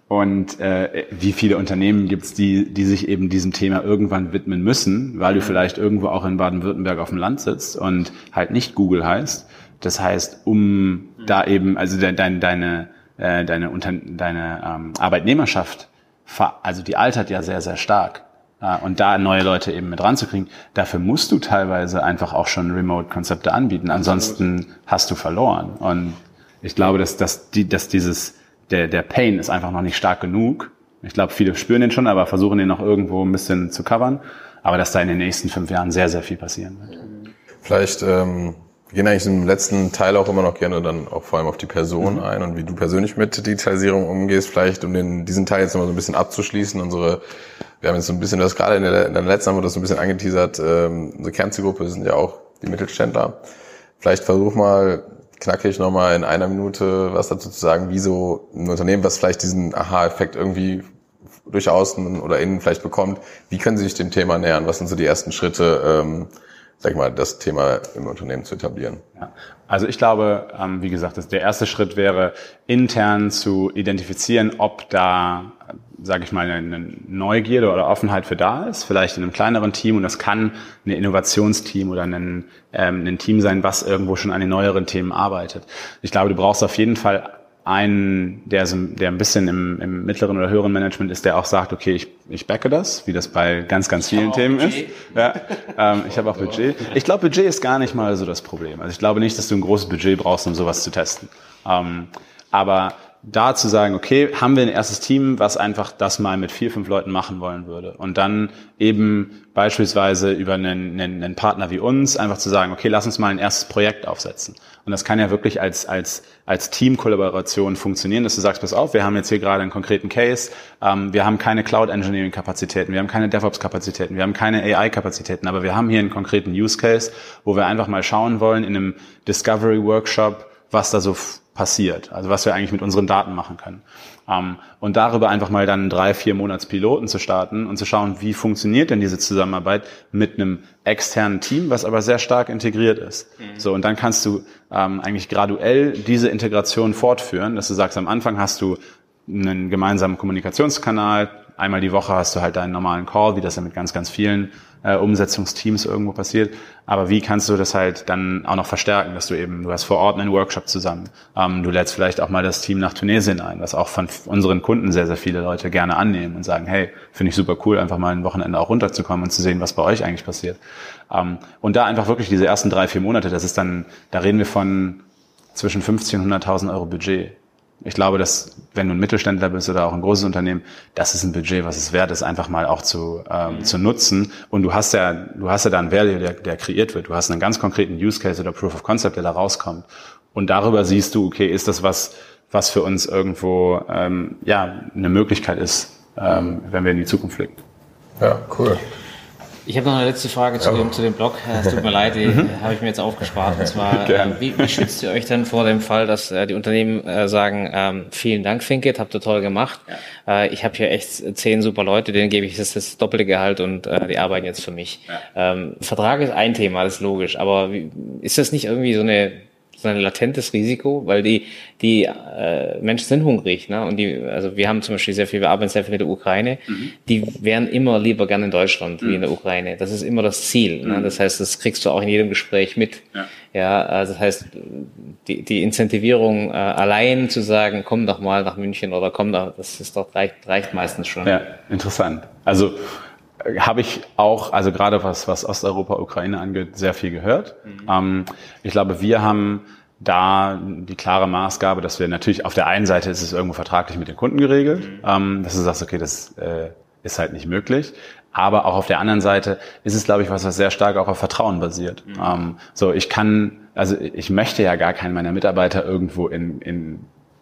Und äh, wie viele Unternehmen gibt es, die, die sich eben diesem Thema irgendwann widmen müssen, weil du vielleicht irgendwo auch in Baden-Württemberg auf dem Land sitzt und halt nicht Google heißt. Das heißt, um da eben, also de, de, deine, äh, deine, Unter, deine ähm, Arbeitnehmerschaft, also die altert ja sehr, sehr stark. Äh, und da neue Leute eben mit ranzukriegen, dafür musst du teilweise einfach auch schon Remote-Konzepte anbieten. Ansonsten hast du verloren. Und ich glaube, dass, dass, die, dass dieses Der, der Pain ist einfach noch nicht stark genug. Ich glaube, viele spüren den schon, aber versuchen den noch irgendwo ein bisschen zu covern. Aber dass da in den nächsten fünf Jahren sehr, sehr viel passieren wird. Vielleicht, ähm, wir gehen eigentlich im letzten Teil auch immer noch gerne dann auch vor allem auf die Person mhm. ein und wie du persönlich mit Digitalisierung umgehst. Vielleicht, um den, diesen Teil jetzt nochmal so ein bisschen abzuschließen. Unsere, wir haben jetzt so ein bisschen, das gerade in der, in der letzten haben wir das so ein bisschen angeteasert, ähm, unsere Kernzielgruppe sind ja auch die Mittelständler. Vielleicht versuch mal, knackig nochmal in einer Minute was dazu zu sagen, wie so ein Unternehmen, was vielleicht diesen Aha-Effekt irgendwie durch außen oder innen vielleicht bekommt, wie können sie sich dem Thema nähern? Was sind so die ersten Schritte, ähm, sag ich mal, das Thema im Unternehmen zu etablieren? Ja. Also ich glaube, ähm, wie gesagt, das, der erste Schritt wäre, intern zu identifizieren, ob da, sage ich mal, eine Neugierde oder Offenheit für da ist, vielleicht in einem kleineren Team, und das kann ein Innovationsteam oder ein, ähm, ein Team sein, was irgendwo schon an den neueren Themen arbeitet. Ich glaube, du brauchst auf jeden Fall einen, der, so, der ein bisschen im, im mittleren oder höheren Management ist, der auch sagt, okay, ich, ich backe das, wie das bei ganz, ganz vielen Themen ist. Ja, ähm, ich habe auch Budget. Ich glaube, Budget ist gar nicht mal so das Problem. Also ich glaube nicht, dass du ein großes Budget brauchst, um sowas zu testen. Ähm, aber da zu sagen, okay, haben wir ein erstes Team, was einfach das mal mit vier, fünf Leuten machen wollen würde. Und dann eben beispielsweise über einen, einen, einen Partner wie uns einfach zu sagen, okay, lass uns mal ein erstes Projekt aufsetzen. Und das kann ja wirklich als, als, als Teamkollaboration funktionieren, dass du sagst, pass auf, wir haben jetzt hier gerade einen konkreten Case, ähm, wir haben keine Cloud-Engineering-Kapazitäten, wir haben keine DevOps-Kapazitäten, wir haben keine A I-Kapazitäten, aber wir haben hier einen konkreten Use-Case, wo wir einfach mal schauen wollen in einem Discovery-Workshop, was da so passiert, also was wir eigentlich mit unseren Daten machen können. Um, und darüber einfach mal dann drei, vier Monats Piloten zu starten und zu schauen, wie funktioniert denn diese Zusammenarbeit mit einem externen Team, was aber sehr stark integriert ist. Mhm. So, und dann kannst du ähm, eigentlich graduell diese Integration fortführen, dass du sagst, am Anfang hast du einen gemeinsamen Kommunikationskanal, einmal die Woche hast du halt deinen normalen Call, wie das ja mit ganz, ganz vielen äh, Umsetzungsteams irgendwo passiert. Aber wie kannst du das halt dann auch noch verstärken, dass du eben, du hast vor Ort einen Workshop zusammen. Ähm, du lädst vielleicht auch mal das Team nach Tunesien ein, was auch von unseren Kunden sehr, sehr viele Leute gerne annehmen und sagen, hey, finde ich super cool, einfach mal ein Wochenende auch runterzukommen und zu sehen, was bei euch eigentlich passiert. Ähm, und da einfach wirklich diese ersten drei, vier Monate, das ist dann, da reden wir von zwischen fünfzig und hunderttausend Euro Budget. Ich glaube, dass wenn du ein Mittelständler bist oder auch ein großes Unternehmen, das ist ein Budget, was es wert ist, einfach mal auch zu ähm, mhm. zu nutzen. Und du hast ja, du hast ja da einen Value, der, der kreiert wird. Du hast einen ganz konkreten Use Case oder Proof of Concept, der da rauskommt. Und darüber siehst du, okay, ist das was, was für uns irgendwo ähm, ja eine Möglichkeit ist, ähm, wenn wir in die Zukunft blicken. Ja, cool. Ich habe noch eine letzte Frage zu, ja. dem, zu dem Blog. Es tut mir leid, die habe ich mir jetzt aufgespart. Und zwar, äh, wie, wie schützt ihr euch denn vor dem Fall, dass äh, die Unternehmen äh, sagen, ähm, vielen Dank, Thinkit, habt ihr toll gemacht. Ja. Äh, ich habe hier echt zehn super Leute, denen gebe ich das, das doppelte Gehalt und äh, die arbeiten jetzt für mich. Ja. Ähm, Vertrag ist ein Thema, das ist logisch. Aber wie, ist das nicht irgendwie so eine so ein latentes Risiko, weil die die äh, Menschen sind hungrig, ne? Und die, also wir haben zum Beispiel sehr viel, wir arbeiten sehr viel mit der Ukraine. Mhm. Die wären immer lieber gerne in Deutschland mhm. wie in der Ukraine. Das ist immer das Ziel. Ne? Mhm. Das heißt, das kriegst du auch in jedem Gespräch mit. Ja, ja, also das heißt, die die Incentivierung äh, allein zu sagen, komm doch mal nach München oder komm da, das ist doch reicht reicht meistens schon. Ja, interessant. Also habe ich auch, also gerade was, was Osteuropa, Ukraine angeht, sehr viel gehört. Mhm. Ähm, ich glaube, wir haben da die klare Maßgabe, dass wir natürlich auf der einen Seite ist es irgendwo vertraglich mit den Kunden geregelt, mhm. ähm, dass du sagst, okay, das äh, ist halt nicht möglich. Aber auch auf der anderen Seite ist es, glaube ich, was, was sehr stark auch auf Vertrauen basiert. Mhm. Ähm, so, ich kann, also ich möchte ja gar keinen meiner Mitarbeiter irgendwo in, in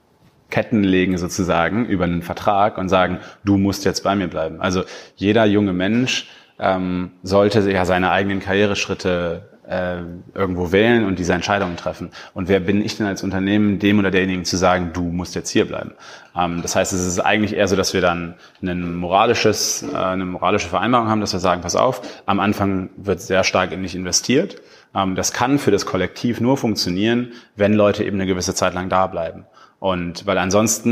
Ketten legen sozusagen über einen Vertrag und sagen, du musst jetzt bei mir bleiben. Also jeder junge Mensch ähm, sollte ja seine eigenen Karriereschritte äh, irgendwo wählen und diese Entscheidungen treffen. Und wer bin ich denn als Unternehmen, dem oder derjenigen zu sagen, du musst jetzt hier bleiben? Ähm, das heißt, es ist eigentlich eher so, dass wir dann ein moralisches, äh, eine moralische Vereinbarung haben, dass wir sagen, pass auf, am Anfang wird sehr stark in dich investiert. Ähm, das kann für das Kollektiv nur funktionieren, wenn Leute eben eine gewisse Zeit lang da bleiben. Und weil ansonsten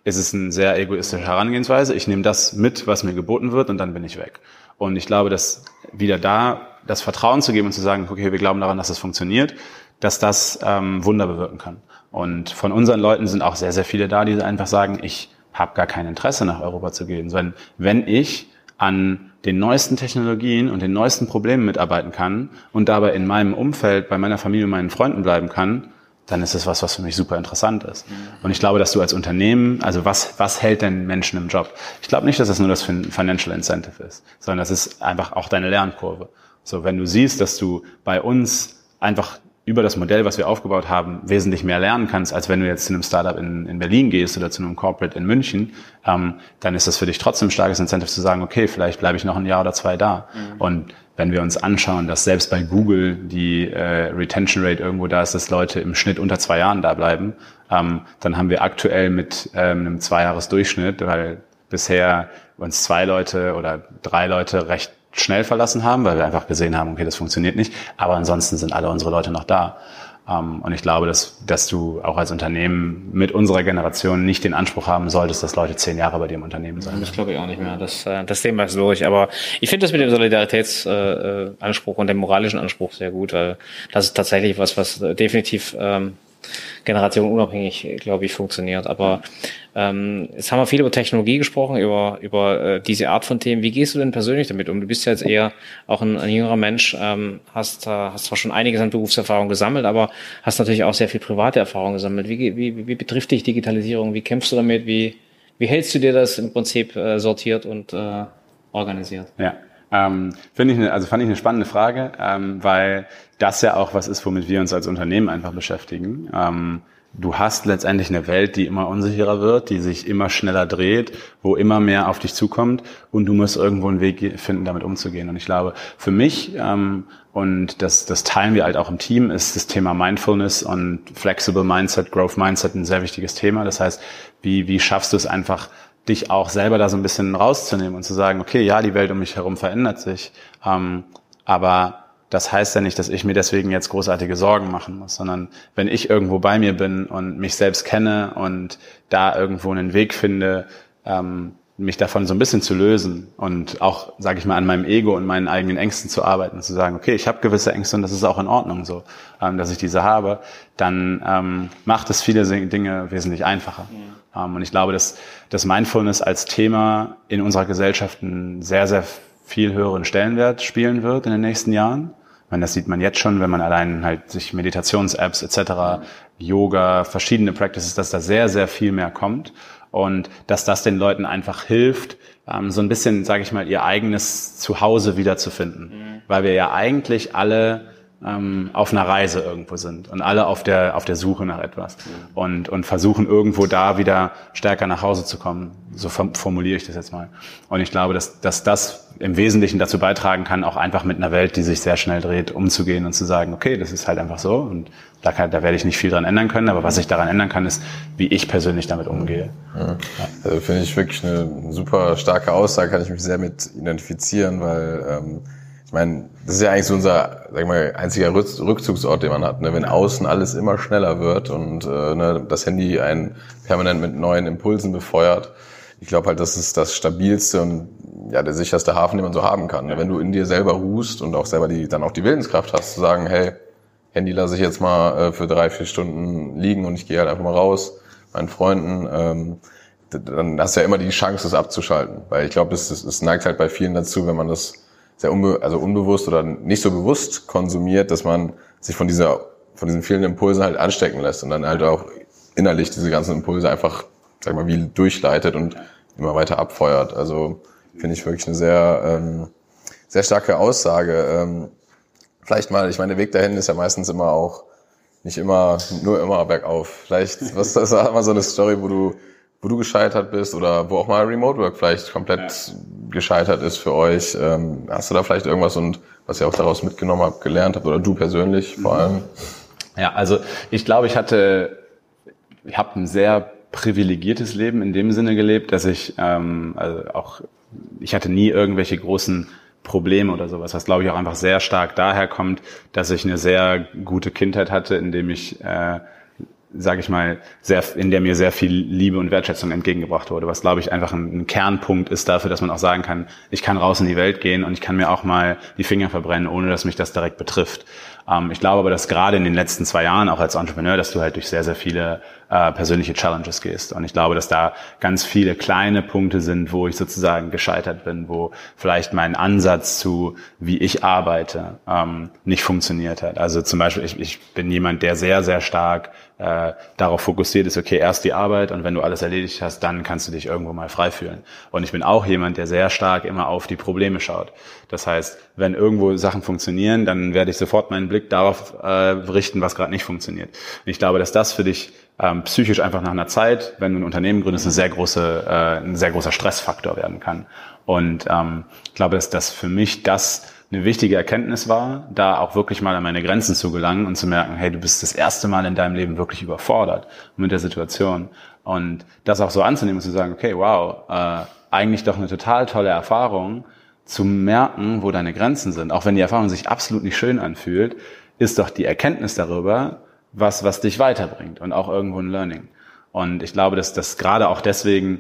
ist es eine sehr egoistische Herangehensweise. Ich nehme das mit, was mir geboten wird, und dann bin ich weg. Und ich glaube, dass wieder da das Vertrauen zu geben und zu sagen, okay, wir glauben daran, dass das funktioniert, dass das ähm, Wunder bewirken kann. Und von unseren Leuten sind auch sehr, sehr viele da, die einfach sagen, ich habe gar kein Interesse, nach Europa zu gehen. Wenn, wenn ich an den neuesten Technologien und den neuesten Problemen mitarbeiten kann und dabei in meinem Umfeld, bei meiner Familie und meinen Freunden bleiben kann, dann ist es was, was für mich super interessant ist. Und ich glaube, dass du als Unternehmen, also was, was hält denn Menschen im Job? Ich glaube nicht, dass das nur das Financial Incentive ist, sondern das ist einfach auch deine Lernkurve. So, wenn du siehst, dass du bei uns einfach über das Modell, was wir aufgebaut haben, wesentlich mehr lernen kannst, als wenn du jetzt zu einem Startup in, in Berlin gehst oder zu einem Corporate in München, ähm, dann ist das für dich trotzdem ein starkes Incentive zu sagen, okay, vielleicht bleibe ich noch ein Jahr oder zwei da. Mhm. Und wenn wir uns anschauen, dass selbst bei Google die äh, Retention Rate irgendwo da ist, dass Leute im Schnitt unter zwei Jahren da bleiben, ähm, dann haben wir aktuell mit ähm, einem Zweijahresdurchschnitt, weil bisher uns zwei Leute oder drei Leute recht schnell verlassen haben, weil wir einfach gesehen haben, okay, das funktioniert nicht. Aber ansonsten sind alle unsere Leute noch da. Und ich glaube, dass, dass du auch als Unternehmen mit unserer Generation nicht den Anspruch haben solltest, dass Leute zehn Jahre bei dir im Unternehmen sein. Das glaube ich auch nicht mehr. Das, das Thema ist durch. Aber ich finde das mit dem Solidaritätsanspruch und dem moralischen Anspruch sehr gut, weil das ist tatsächlich was, was definitiv ähm, generationenunabhängig, glaube ich, funktioniert. Aber ähm, jetzt haben wir viel über Technologie gesprochen, über über äh, diese Art von Themen. Wie gehst du denn persönlich damit um? Du bist ja jetzt eher auch ein, ein jüngerer Mensch, ähm, hast äh, hast zwar schon einiges an Berufserfahrung gesammelt, aber hast natürlich auch sehr viel private Erfahrung gesammelt. Wie wie wie betrifft dich Digitalisierung? Wie kämpfst du damit? Wie wie hältst du dir das im Prinzip äh, sortiert und äh, organisiert? Ja. Ähm, finde ich eine, also fand ich eine spannende Frage, ähm, weil das ja auch was ist, womit wir uns als Unternehmen einfach beschäftigen. Ähm, du hast letztendlich eine Welt, die immer unsicherer wird, die sich immer schneller dreht, wo immer mehr auf dich zukommt, und du musst irgendwo einen Weg finden, damit umzugehen. Und ich glaube, für mich, ähm, und das, das teilen wir halt auch im Team, ist das Thema Mindfulness und Flexible Mindset, Growth Mindset ein sehr wichtiges Thema. Das heißt, wie, wie schaffst du es einfach, dich auch selber da so ein bisschen rauszunehmen und zu sagen, okay, ja, die Welt um mich herum verändert sich, ähm, aber das heißt ja nicht, dass ich mir deswegen jetzt großartige Sorgen machen muss, sondern wenn ich irgendwo bei mir bin und mich selbst kenne und da irgendwo einen Weg finde, ähm, mich davon so ein bisschen zu lösen und auch, sage ich mal, an meinem Ego und meinen eigenen Ängsten zu arbeiten und zu sagen, okay, ich habe gewisse Ängste und das ist auch in Ordnung so, ähm, dass ich diese habe, dann ähm, macht es viele Dinge wesentlich einfacher. Ja. Ähm, und ich glaube, dass das Mindfulness als Thema in unserer Gesellschaft einen sehr, sehr viel höheren Stellenwert spielen wird in den nächsten Jahren. Ich meine, das sieht man jetzt schon, wenn man allein halt sich Meditations-Apps et cetera, Yoga, verschiedene Practices, dass da sehr, sehr viel mehr kommt. Und dass das den Leuten einfach hilft, ähm, so ein bisschen, sage ich mal, ihr eigenes Zuhause wiederzufinden. Mhm. Weil wir ja eigentlich alle ähm, auf einer Reise irgendwo sind und alle auf der auf der Suche nach etwas. Mhm. und und versuchen irgendwo da wieder stärker nach Hause zu kommen. So formuliere ich das jetzt mal. Und ich glaube, dass dass das im Wesentlichen dazu beitragen kann, auch einfach mit einer Welt, die sich sehr schnell dreht, umzugehen und zu sagen, okay, das ist halt einfach so, und da, kann, da werde ich nicht viel dran ändern können, aber was ich daran ändern kann, ist, wie ich persönlich damit umgehe. Ja. Also finde ich wirklich eine super starke Aussage, kann ich mich sehr mit identifizieren, weil ähm, ich meine, das ist ja eigentlich so unser, sag ich mal, einziger Rückzugsort, den man hat, ne? Wenn außen alles immer schneller wird und äh, ne, das Handy einen permanent mit neuen Impulsen befeuert. Ich glaube halt, das ist das stabilste und ja der sicherste Hafen, den man so haben kann. Ne? Wenn du in dir selber ruhst und auch selber die dann auch die Willenskraft hast, zu sagen, hey, Handy lasse ich jetzt mal äh, für drei, vier Stunden liegen und ich gehe halt einfach mal raus, meinen Freunden, ähm, dann hast du ja immer die Chance, das abzuschalten. Weil ich glaube, es, es, es neigt halt bei vielen dazu, wenn man das sehr unbe also unbewusst oder nicht so bewusst konsumiert, dass man sich von dieser von diesen vielen Impulsen halt anstecken lässt und dann halt auch innerlich diese ganzen Impulse einfach, sag mal, wie durchleitet und immer weiter abfeuert. Also finde ich wirklich eine sehr ähm, sehr starke Aussage. Ähm, vielleicht mal, ich meine, der Weg dahin ist ja meistens immer auch nicht immer nur immer bergauf. Vielleicht, was das war mal so eine Story, wo du wo du gescheitert bist oder wo auch mal Remote Work vielleicht komplett ja. gescheitert ist für euch. Ähm, hast du da vielleicht irgendwas, und was ihr auch daraus mitgenommen habt, gelernt habt, oder du persönlich vor allem? Ja, also ich glaube, ich hatte, ich habe ein sehr privilegiertes Leben in dem Sinne gelebt, dass ich ähm, also auch, ich hatte nie irgendwelche großen Probleme oder sowas, was glaube ich auch einfach sehr stark daher kommt, dass ich eine sehr gute Kindheit hatte, in dem ich äh, sage ich mal, sehr, in der mir sehr viel Liebe und Wertschätzung entgegengebracht wurde, was, glaube ich, einfach ein, ein Kernpunkt ist dafür, dass man auch sagen kann, ich kann raus in die Welt gehen und ich kann mir auch mal die Finger verbrennen, ohne dass mich das direkt betrifft. Ähm, ich glaube aber, dass gerade in den letzten zwei Jahren, auch als Entrepreneur, dass du halt durch sehr, sehr viele äh, persönliche Challenges gehst. Und ich glaube, dass da ganz viele kleine Punkte sind, wo ich sozusagen gescheitert bin, wo vielleicht mein Ansatz zu, wie ich arbeite, ähm, nicht funktioniert hat. Also zum Beispiel, ich, ich bin jemand, der sehr, sehr stark äh, darauf fokussiert ist, okay, erst die Arbeit und wenn du alles erledigt hast, dann kannst du dich irgendwo mal frei fühlen. Und ich bin auch jemand, der sehr stark immer auf die Probleme schaut. Das heißt, wenn irgendwo Sachen funktionieren, dann werde ich sofort meinen Blick darauf äh, richten, was gerade nicht funktioniert. Und ich glaube, dass das für dich ähm, psychisch einfach nach einer Zeit, wenn du ein Unternehmen gründest, eine sehr große, äh, ein sehr großer Stressfaktor werden kann. Und ähm, ich glaube, dass das für mich das eine wichtige Erkenntnis war, da auch wirklich mal an meine Grenzen zu gelangen und zu merken, hey, du bist das erste Mal in deinem Leben wirklich überfordert mit der Situation. Und das auch so anzunehmen und zu sagen, okay, wow, äh, eigentlich doch eine total tolle Erfahrung, zu merken, wo deine Grenzen sind. Auch wenn die Erfahrung sich absolut nicht schön anfühlt, ist doch die Erkenntnis darüber, was, was dich weiterbringt und auch irgendwo ein Learning. Und ich glaube, dass das gerade auch deswegen,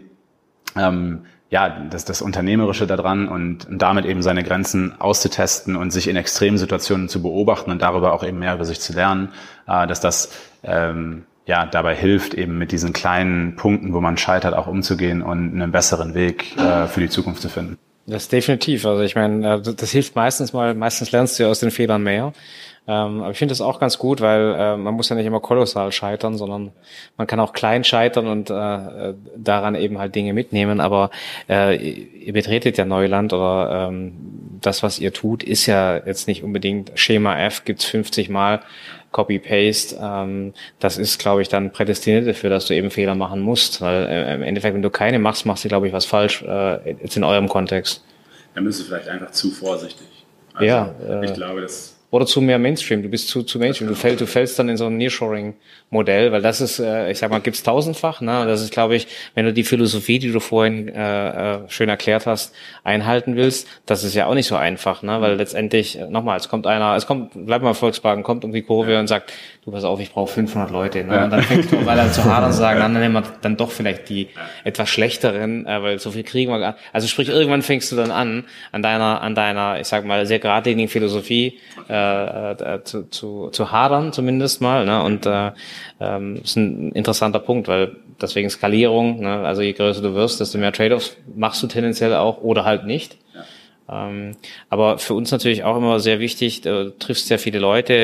ähm, ja, das, das Unternehmerische daran und, und damit eben seine Grenzen auszutesten und sich in Extremsituationen zu beobachten und darüber auch eben mehr über sich zu lernen, äh, dass das ähm, ja dabei hilft, eben mit diesen kleinen Punkten, wo man scheitert, auch umzugehen und einen besseren Weg äh, für die Zukunft zu finden. Das ist definitiv. Also ich meine, das hilft meistens mal, meistens lernst du ja aus den Fehlern mehr. Ähm, aber ich finde das auch ganz gut, weil äh, man muss ja nicht immer kolossal scheitern, sondern man kann auch klein scheitern und äh, daran eben halt Dinge mitnehmen. Aber äh, ihr betretet ja Neuland oder ähm, das, was ihr tut, ist ja jetzt nicht unbedingt Schema F, gibt's fünfzig Mal, Copy-Paste. Ähm, das ist, glaube ich, dann prädestiniert dafür, dass du eben Fehler machen musst. Weil äh, im Endeffekt, wenn du keine machst, machst du, glaube ich, was falsch, äh, jetzt in eurem Kontext. Dann bist du vielleicht einfach zu vorsichtig. Also, ja. Äh, ich glaube, dass Oder zu mehr Mainstream. Du bist zu, zu Mainstream. Du fällst, du fällst dann in so ein Nearshoring-Modell, weil das ist, äh, ich sag mal, gibt's tausendfach, ne? Das ist, glaube ich, wenn du die Philosophie, die du vorhin äh, äh, schön erklärt hast, einhalten willst, das ist ja auch nicht so einfach, ne? Weil letztendlich, äh, nochmal, es kommt einer, es kommt, bleib mal Volkswagen, kommt um die Kurve und sagt, du pass auf, ich brauche fünfhundert Leute, ne? Und dann fängst du, weil er zu hadern sagen, dann nehmen wir dann doch vielleicht die etwas schlechteren, äh, weil so viel kriegen wir gar. Also sprich, irgendwann fängst du dann an, an deiner, an deiner, ich sag mal, sehr geradlinigen Philosophie, äh, Äh, zu, zu, zu hadern zumindest mal, ne? Und äh, ähm, ist ein interessanter Punkt, weil deswegen Skalierung, ne? Also je größer du wirst, desto mehr Trade-offs machst du tendenziell auch oder halt nicht. Ja. Ähm, aber für uns natürlich auch immer sehr wichtig, du triffst sehr viele Leute,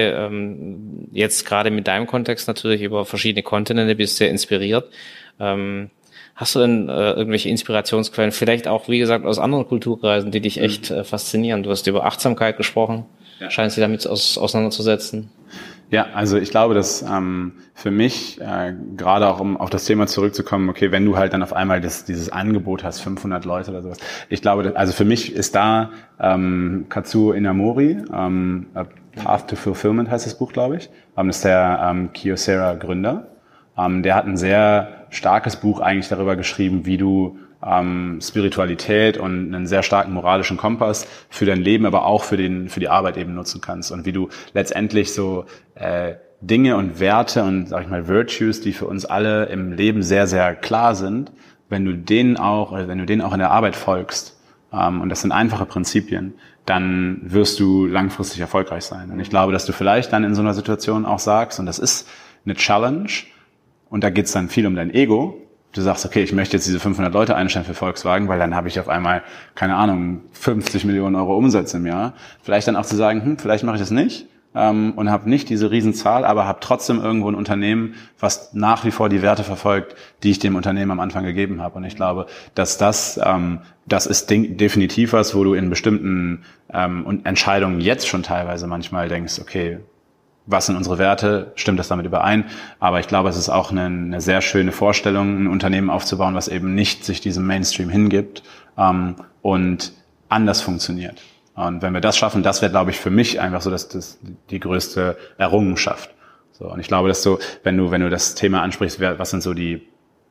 ähm, jetzt gerade mit deinem Kontext natürlich über verschiedene Kontinente, bist sehr inspiriert. Ähm, Hast du denn äh, irgendwelche Inspirationsquellen, vielleicht auch, wie gesagt, aus anderen Kulturkreisen, die dich echt äh, faszinieren? Du hast über Achtsamkeit gesprochen. Ja. Scheinst du damit aus, auseinanderzusetzen? Ja, also ich glaube, dass ähm, für mich, äh, gerade auch um auf das Thema zurückzukommen, okay, wenn du halt dann auf einmal das, dieses Angebot hast, fünfhundert Leute oder sowas, ich glaube, dass, also für mich ist da ähm, Kazuo Inamori, ähm, Path to Fulfillment heißt das Buch, glaube ich, ähm, das ist der ähm, Kyocera-Gründer. Ähm, der hat ein sehr starkes Buch eigentlich darüber geschrieben, wie du ähm, Spiritualität und einen sehr starken moralischen Kompass für dein Leben, aber auch für den für die Arbeit eben nutzen kannst und wie du letztendlich so äh, Dinge und Werte und, sag ich mal, Virtues, die für uns alle im Leben sehr, sehr klar sind, wenn du denen auch, oder wenn du denen auch in der Arbeit folgst, ähm, und das sind einfache Prinzipien, dann wirst du langfristig erfolgreich sein. Und ich glaube, dass du vielleicht dann in so einer Situation auch sagst, und das ist eine Challenge, und da geht's dann viel um dein Ego. Du sagst, okay, ich möchte jetzt diese fünfhundert Leute einstellen für Volkswagen, weil dann habe ich auf einmal, keine Ahnung, fünfzig Millionen Euro Umsatz im Jahr. Vielleicht dann auch zu sagen, hm, vielleicht mache ich das nicht ähm, und habe nicht diese Riesenzahl, aber habe trotzdem irgendwo ein Unternehmen, was nach wie vor die Werte verfolgt, die ich dem Unternehmen am Anfang gegeben habe. Und ich glaube, dass das, ähm, das ist definitiv was, wo du in bestimmten ähm, Entscheidungen jetzt schon teilweise manchmal denkst, okay, was sind unsere Werte, stimmt das damit überein? Aber ich glaube, es ist auch eine, eine sehr schöne Vorstellung, ein Unternehmen aufzubauen, was eben nicht sich diesem Mainstream hingibt ähm, und anders funktioniert. Und wenn wir das schaffen, das wäre, glaube ich, für mich einfach so das, das die größte Errungenschaft. So, und ich glaube, dass so, wenn du wenn du das Thema ansprichst, was sind so die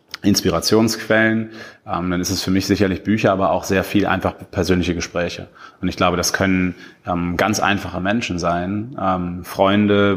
Inspirationsquellen, ähm, dann ist es für mich sicherlich Bücher, aber auch sehr viel einfach persönliche Gespräche. Und ich glaube, das können ähm, ganz einfache Menschen sein, ähm, Freunde,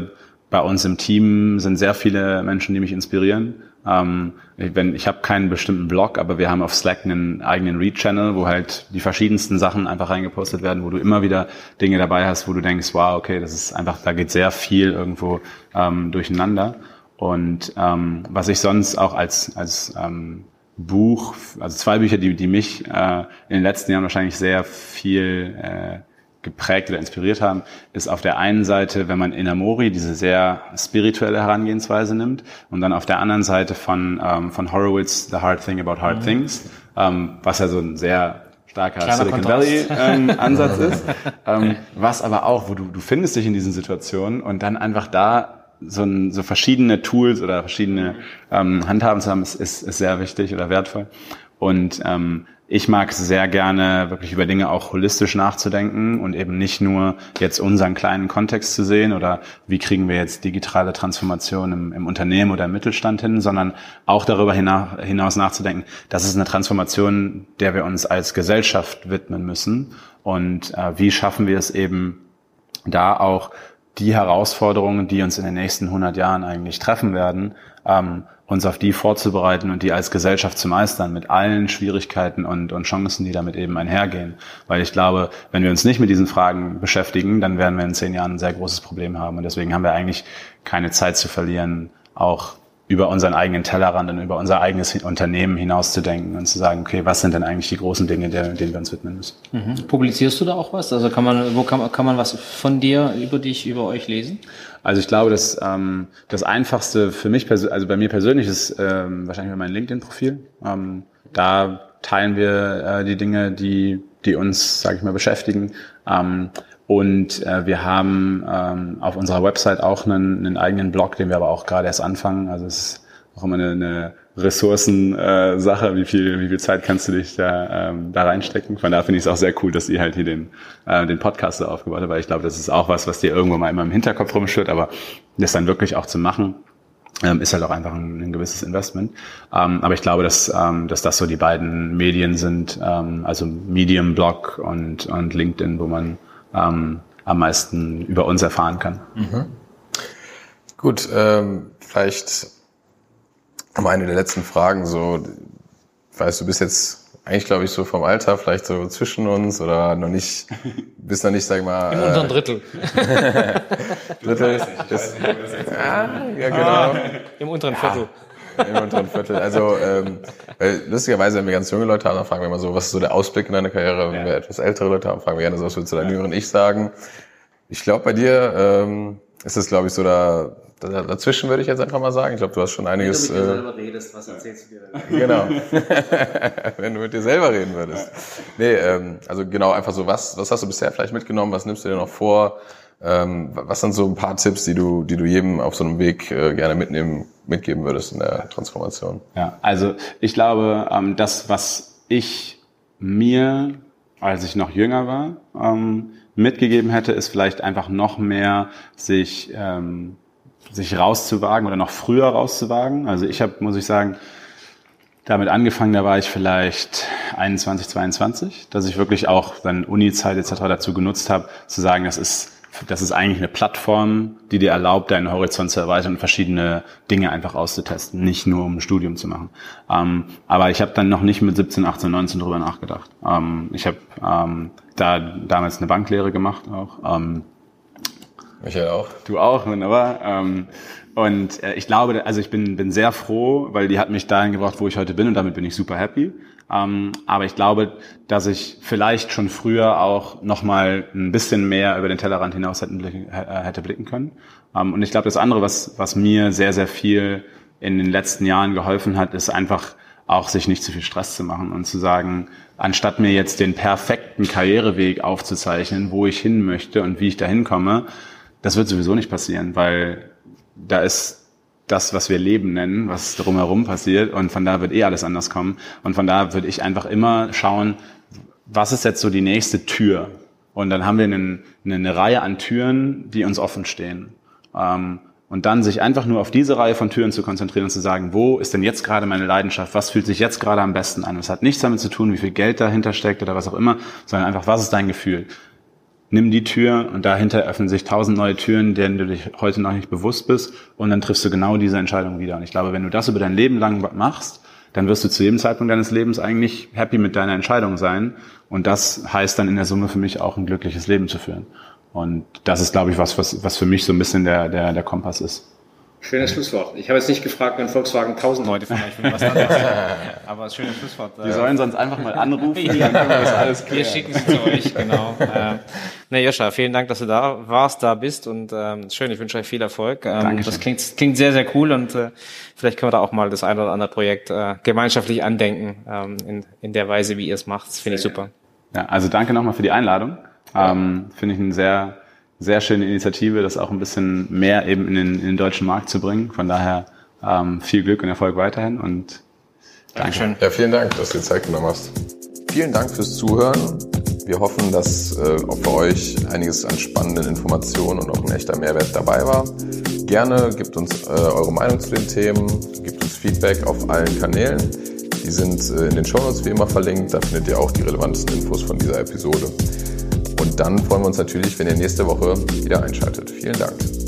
bei uns im Team sind sehr viele Menschen, die mich inspirieren. Ähm, ich wenn, ich habe keinen bestimmten Blog, aber wir haben auf Slack einen eigenen Read-Channel, wo halt die verschiedensten Sachen einfach reingepostet werden, wo du immer wieder Dinge dabei hast, wo du denkst, wow, okay, das ist einfach, da geht sehr viel irgendwo ähm, durcheinander. Und ähm, was ich sonst auch als als ähm, Buch, also zwei Bücher, die die mich äh, in den letzten Jahren wahrscheinlich sehr viel äh, geprägt oder inspiriert haben, ist auf der einen Seite, wenn man Inamori, diese sehr spirituelle Herangehensweise nimmt, und dann auf der anderen Seite von ähm, von Horowitz, The Hard Thing About Hard mhm. Things, ähm, was ja so ein sehr starker Kleiner Silicon Valley ähm, Ansatz ist, ähm, was aber auch, wo du du findest dich in diesen Situationen und dann einfach da so, ein, so verschiedene Tools oder verschiedene ähm, Handhaben zu haben, ist, ist, ist sehr wichtig oder wertvoll. Und ähm, ich mag es sehr gerne, wirklich über Dinge auch holistisch nachzudenken und eben nicht nur jetzt unseren kleinen Kontext zu sehen oder wie kriegen wir jetzt digitale Transformation im, im Unternehmen oder im Mittelstand hin, sondern auch darüber hina- hinaus nachzudenken, das ist eine Transformation, der wir uns als Gesellschaft widmen müssen. Und äh, wie schaffen wir es eben da auch, die Herausforderungen, die uns in den nächsten hundert Jahren eigentlich treffen werden, ähm, uns auf die vorzubereiten und die als Gesellschaft zu meistern, mit allen Schwierigkeiten und, und Chancen, die damit eben einhergehen. Weil ich glaube, wenn wir uns nicht mit diesen Fragen beschäftigen, dann werden wir in zehn Jahren ein sehr großes Problem haben. Und deswegen haben wir eigentlich keine Zeit zu verlieren, auch über unseren eigenen Tellerrand und über unser eigenes Unternehmen hinauszudenken und zu sagen, okay, was sind denn eigentlich die großen Dinge, denen wir uns widmen müssen? Mhm. Publizierst du da auch was? Also kann man, wo kann man, kann man was von dir, über dich, über euch lesen? Also ich glaube, dass ähm, das Einfachste für mich, pers- also bei mir persönlich ist ähm, wahrscheinlich mein LinkedIn-Profil. Ähm, da teilen wir äh, die Dinge, die die uns, sage ich mal, beschäftigen. Ähm, Und äh, wir haben ähm, auf unserer Website auch einen, einen eigenen Blog, den wir aber auch gerade erst anfangen. Also es ist auch immer eine, eine Ressourcensache, äh, Sache. wie viel wie viel Zeit kannst du dich da ähm, da reinstecken. Von daher finde ich es auch sehr cool, dass ihr halt hier den äh, den Podcast so aufgebaut habt, weil ich glaube, das ist auch was, was dir irgendwo mal immer im Hinterkopf rumschwirrt, aber das dann wirklich auch zu machen, ähm, ist halt auch einfach ein, ein gewisses Investment. Ähm, aber ich glaube, dass ähm, dass das so die beiden Medien sind, ähm, also Medium, Blog und und LinkedIn, wo man ähm, am meisten über uns erfahren kann. Mhm. Gut, ähm, vielleicht mal eine der letzten Fragen. So, weißt du, bist jetzt eigentlich, glaube ich, so vom Alter vielleicht so zwischen uns oder noch nicht, bist noch nicht, sag ich mal... Im unteren Drittel. Drittel? Das, ja, ja, genau. Im unteren Viertel. Im unteren Viertel. Also ähm, weil lustigerweise, wenn wir ganz junge Leute haben, dann fragen wir immer so, was ist so der Ausblick in deiner Karriere? Wenn wir etwas ältere Leute haben, fragen wir gerne so, was würdest du deinem jüngeren Ich sagen? Ich glaube, bei dir ähm, ist es, glaube ich, so da, da dazwischen, würde ich jetzt einfach mal sagen. Ich glaube, du hast schon einiges... Wenn du mit dir äh, selber redest, was erzählst du dir? Genau. Wenn du mit dir selber reden würdest. Nee, ähm, also genau, einfach so, was, was hast du bisher vielleicht mitgenommen? Was nimmst du dir noch vor? Ähm, was sind so ein paar Tipps, die du, die du jedem auf so einem Weg äh, gerne mitnehmen, mitgeben würdest in der Transformation? Ja, also ich glaube, ähm, das, was ich mir, als ich noch jünger war, ähm, mitgegeben hätte, ist vielleicht einfach noch mehr sich ähm, sich rauszuwagen oder noch früher rauszuwagen. Also ich habe, muss ich sagen, damit angefangen, da war ich vielleicht einundzwanzig, zweiundzwanzig, dass ich wirklich auch dann Uni-Zeit et cetera dazu genutzt habe, zu sagen, das ist das ist eigentlich eine Plattform, die dir erlaubt, deinen Horizont zu erweitern und verschiedene Dinge einfach auszutesten, nicht nur um ein Studium zu machen. Ähm, aber ich habe dann noch nicht mit siebzehn, achtzehn, neunzehn drüber nachgedacht. Ähm, ich habe ähm, da damals eine Banklehre gemacht auch. Ähm, Michael auch. Du auch, wunderbar. Ähm, und äh, ich glaube, also ich bin bin sehr froh, weil die hat mich dahin gebracht, wo ich heute bin, und damit bin ich super happy. Ähm, aber ich glaube, dass ich vielleicht schon früher auch noch mal ein bisschen mehr über den Tellerrand hinaus hätte blicken, hätte blicken können. Ähm, und ich glaube, das andere, was was mir sehr, sehr viel in den letzten Jahren geholfen hat, ist einfach auch, sich nicht zu viel Stress zu machen und zu sagen, anstatt mir jetzt den perfekten Karriereweg aufzuzeichnen, wo ich hin möchte und wie ich da hinkomme, das wird sowieso nicht passieren, weil da ist das, was wir Leben nennen, was drumherum passiert, und von da wird eh alles anders kommen. Und von da würde ich einfach immer schauen, was ist jetzt so die nächste Tür? Und dann haben wir eine, eine Reihe an Türen, die uns offen stehen. Und dann sich einfach nur auf diese Reihe von Türen zu konzentrieren und zu sagen, wo ist denn jetzt gerade meine Leidenschaft? Was fühlt sich jetzt gerade am besten an? Es hat nichts damit zu tun, wie viel Geld dahinter steckt oder was auch immer, sondern einfach, was ist dein Gefühl? nimm die Tür und dahinter öffnen sich tausend neue Türen, denen du dich heute noch nicht bewusst bist und dann triffst du genau diese Entscheidung wieder. Und ich glaube, wenn du das über dein Leben lang machst, dann wirst du zu jedem Zeitpunkt deines Lebens eigentlich happy mit deiner Entscheidung sein. Und das heißt dann in der Summe für mich auch ein glückliches Leben zu führen. Und das ist, glaube ich, was, was, was für mich so ein bisschen der, der, der Kompass ist. Schönes Schlusswort. Ich habe jetzt nicht gefragt, wenn Volkswagen tausend Leute von euch will, was dann ist. Aber das schöne Schlusswort. Die sollen sonst einfach mal anrufen, ja, dann können wir das alles klären. Wir schicken sie zu euch, genau. äh, ne, Joscha, vielen Dank, dass du da warst, da bist und ähm, schön, ich wünsche euch viel Erfolg. Ähm, das klingt, klingt sehr, sehr cool und äh, vielleicht können wir da auch mal das ein oder andere Projekt äh, gemeinschaftlich andenken, ähm, in, in der Weise, wie ihr es macht. Das finde ich super. Ja, also danke nochmal für die Einladung. Ähm, finde ich eine sehr sehr schöne Initiative, das auch ein bisschen mehr eben in den, in den deutschen Markt zu bringen. Von daher ähm, viel Glück und Erfolg weiterhin und danke. Dankeschön. Ja, vielen Dank, dass du dir Zeit genommen hast. Vielen Dank fürs Zuhören. Wir hoffen, dass äh, auch für euch einiges an spannenden Informationen und auch ein echter Mehrwert dabei war. Gerne gebt uns äh, eure Meinung zu den Themen, gebt uns Feedback auf allen Kanälen. Die sind äh, in den Shownotes wie immer verlinkt. Da findet ihr auch die relevantesten Infos von dieser Episode. Und dann freuen wir uns natürlich, wenn ihr nächste Woche wieder einschaltet. Vielen Dank.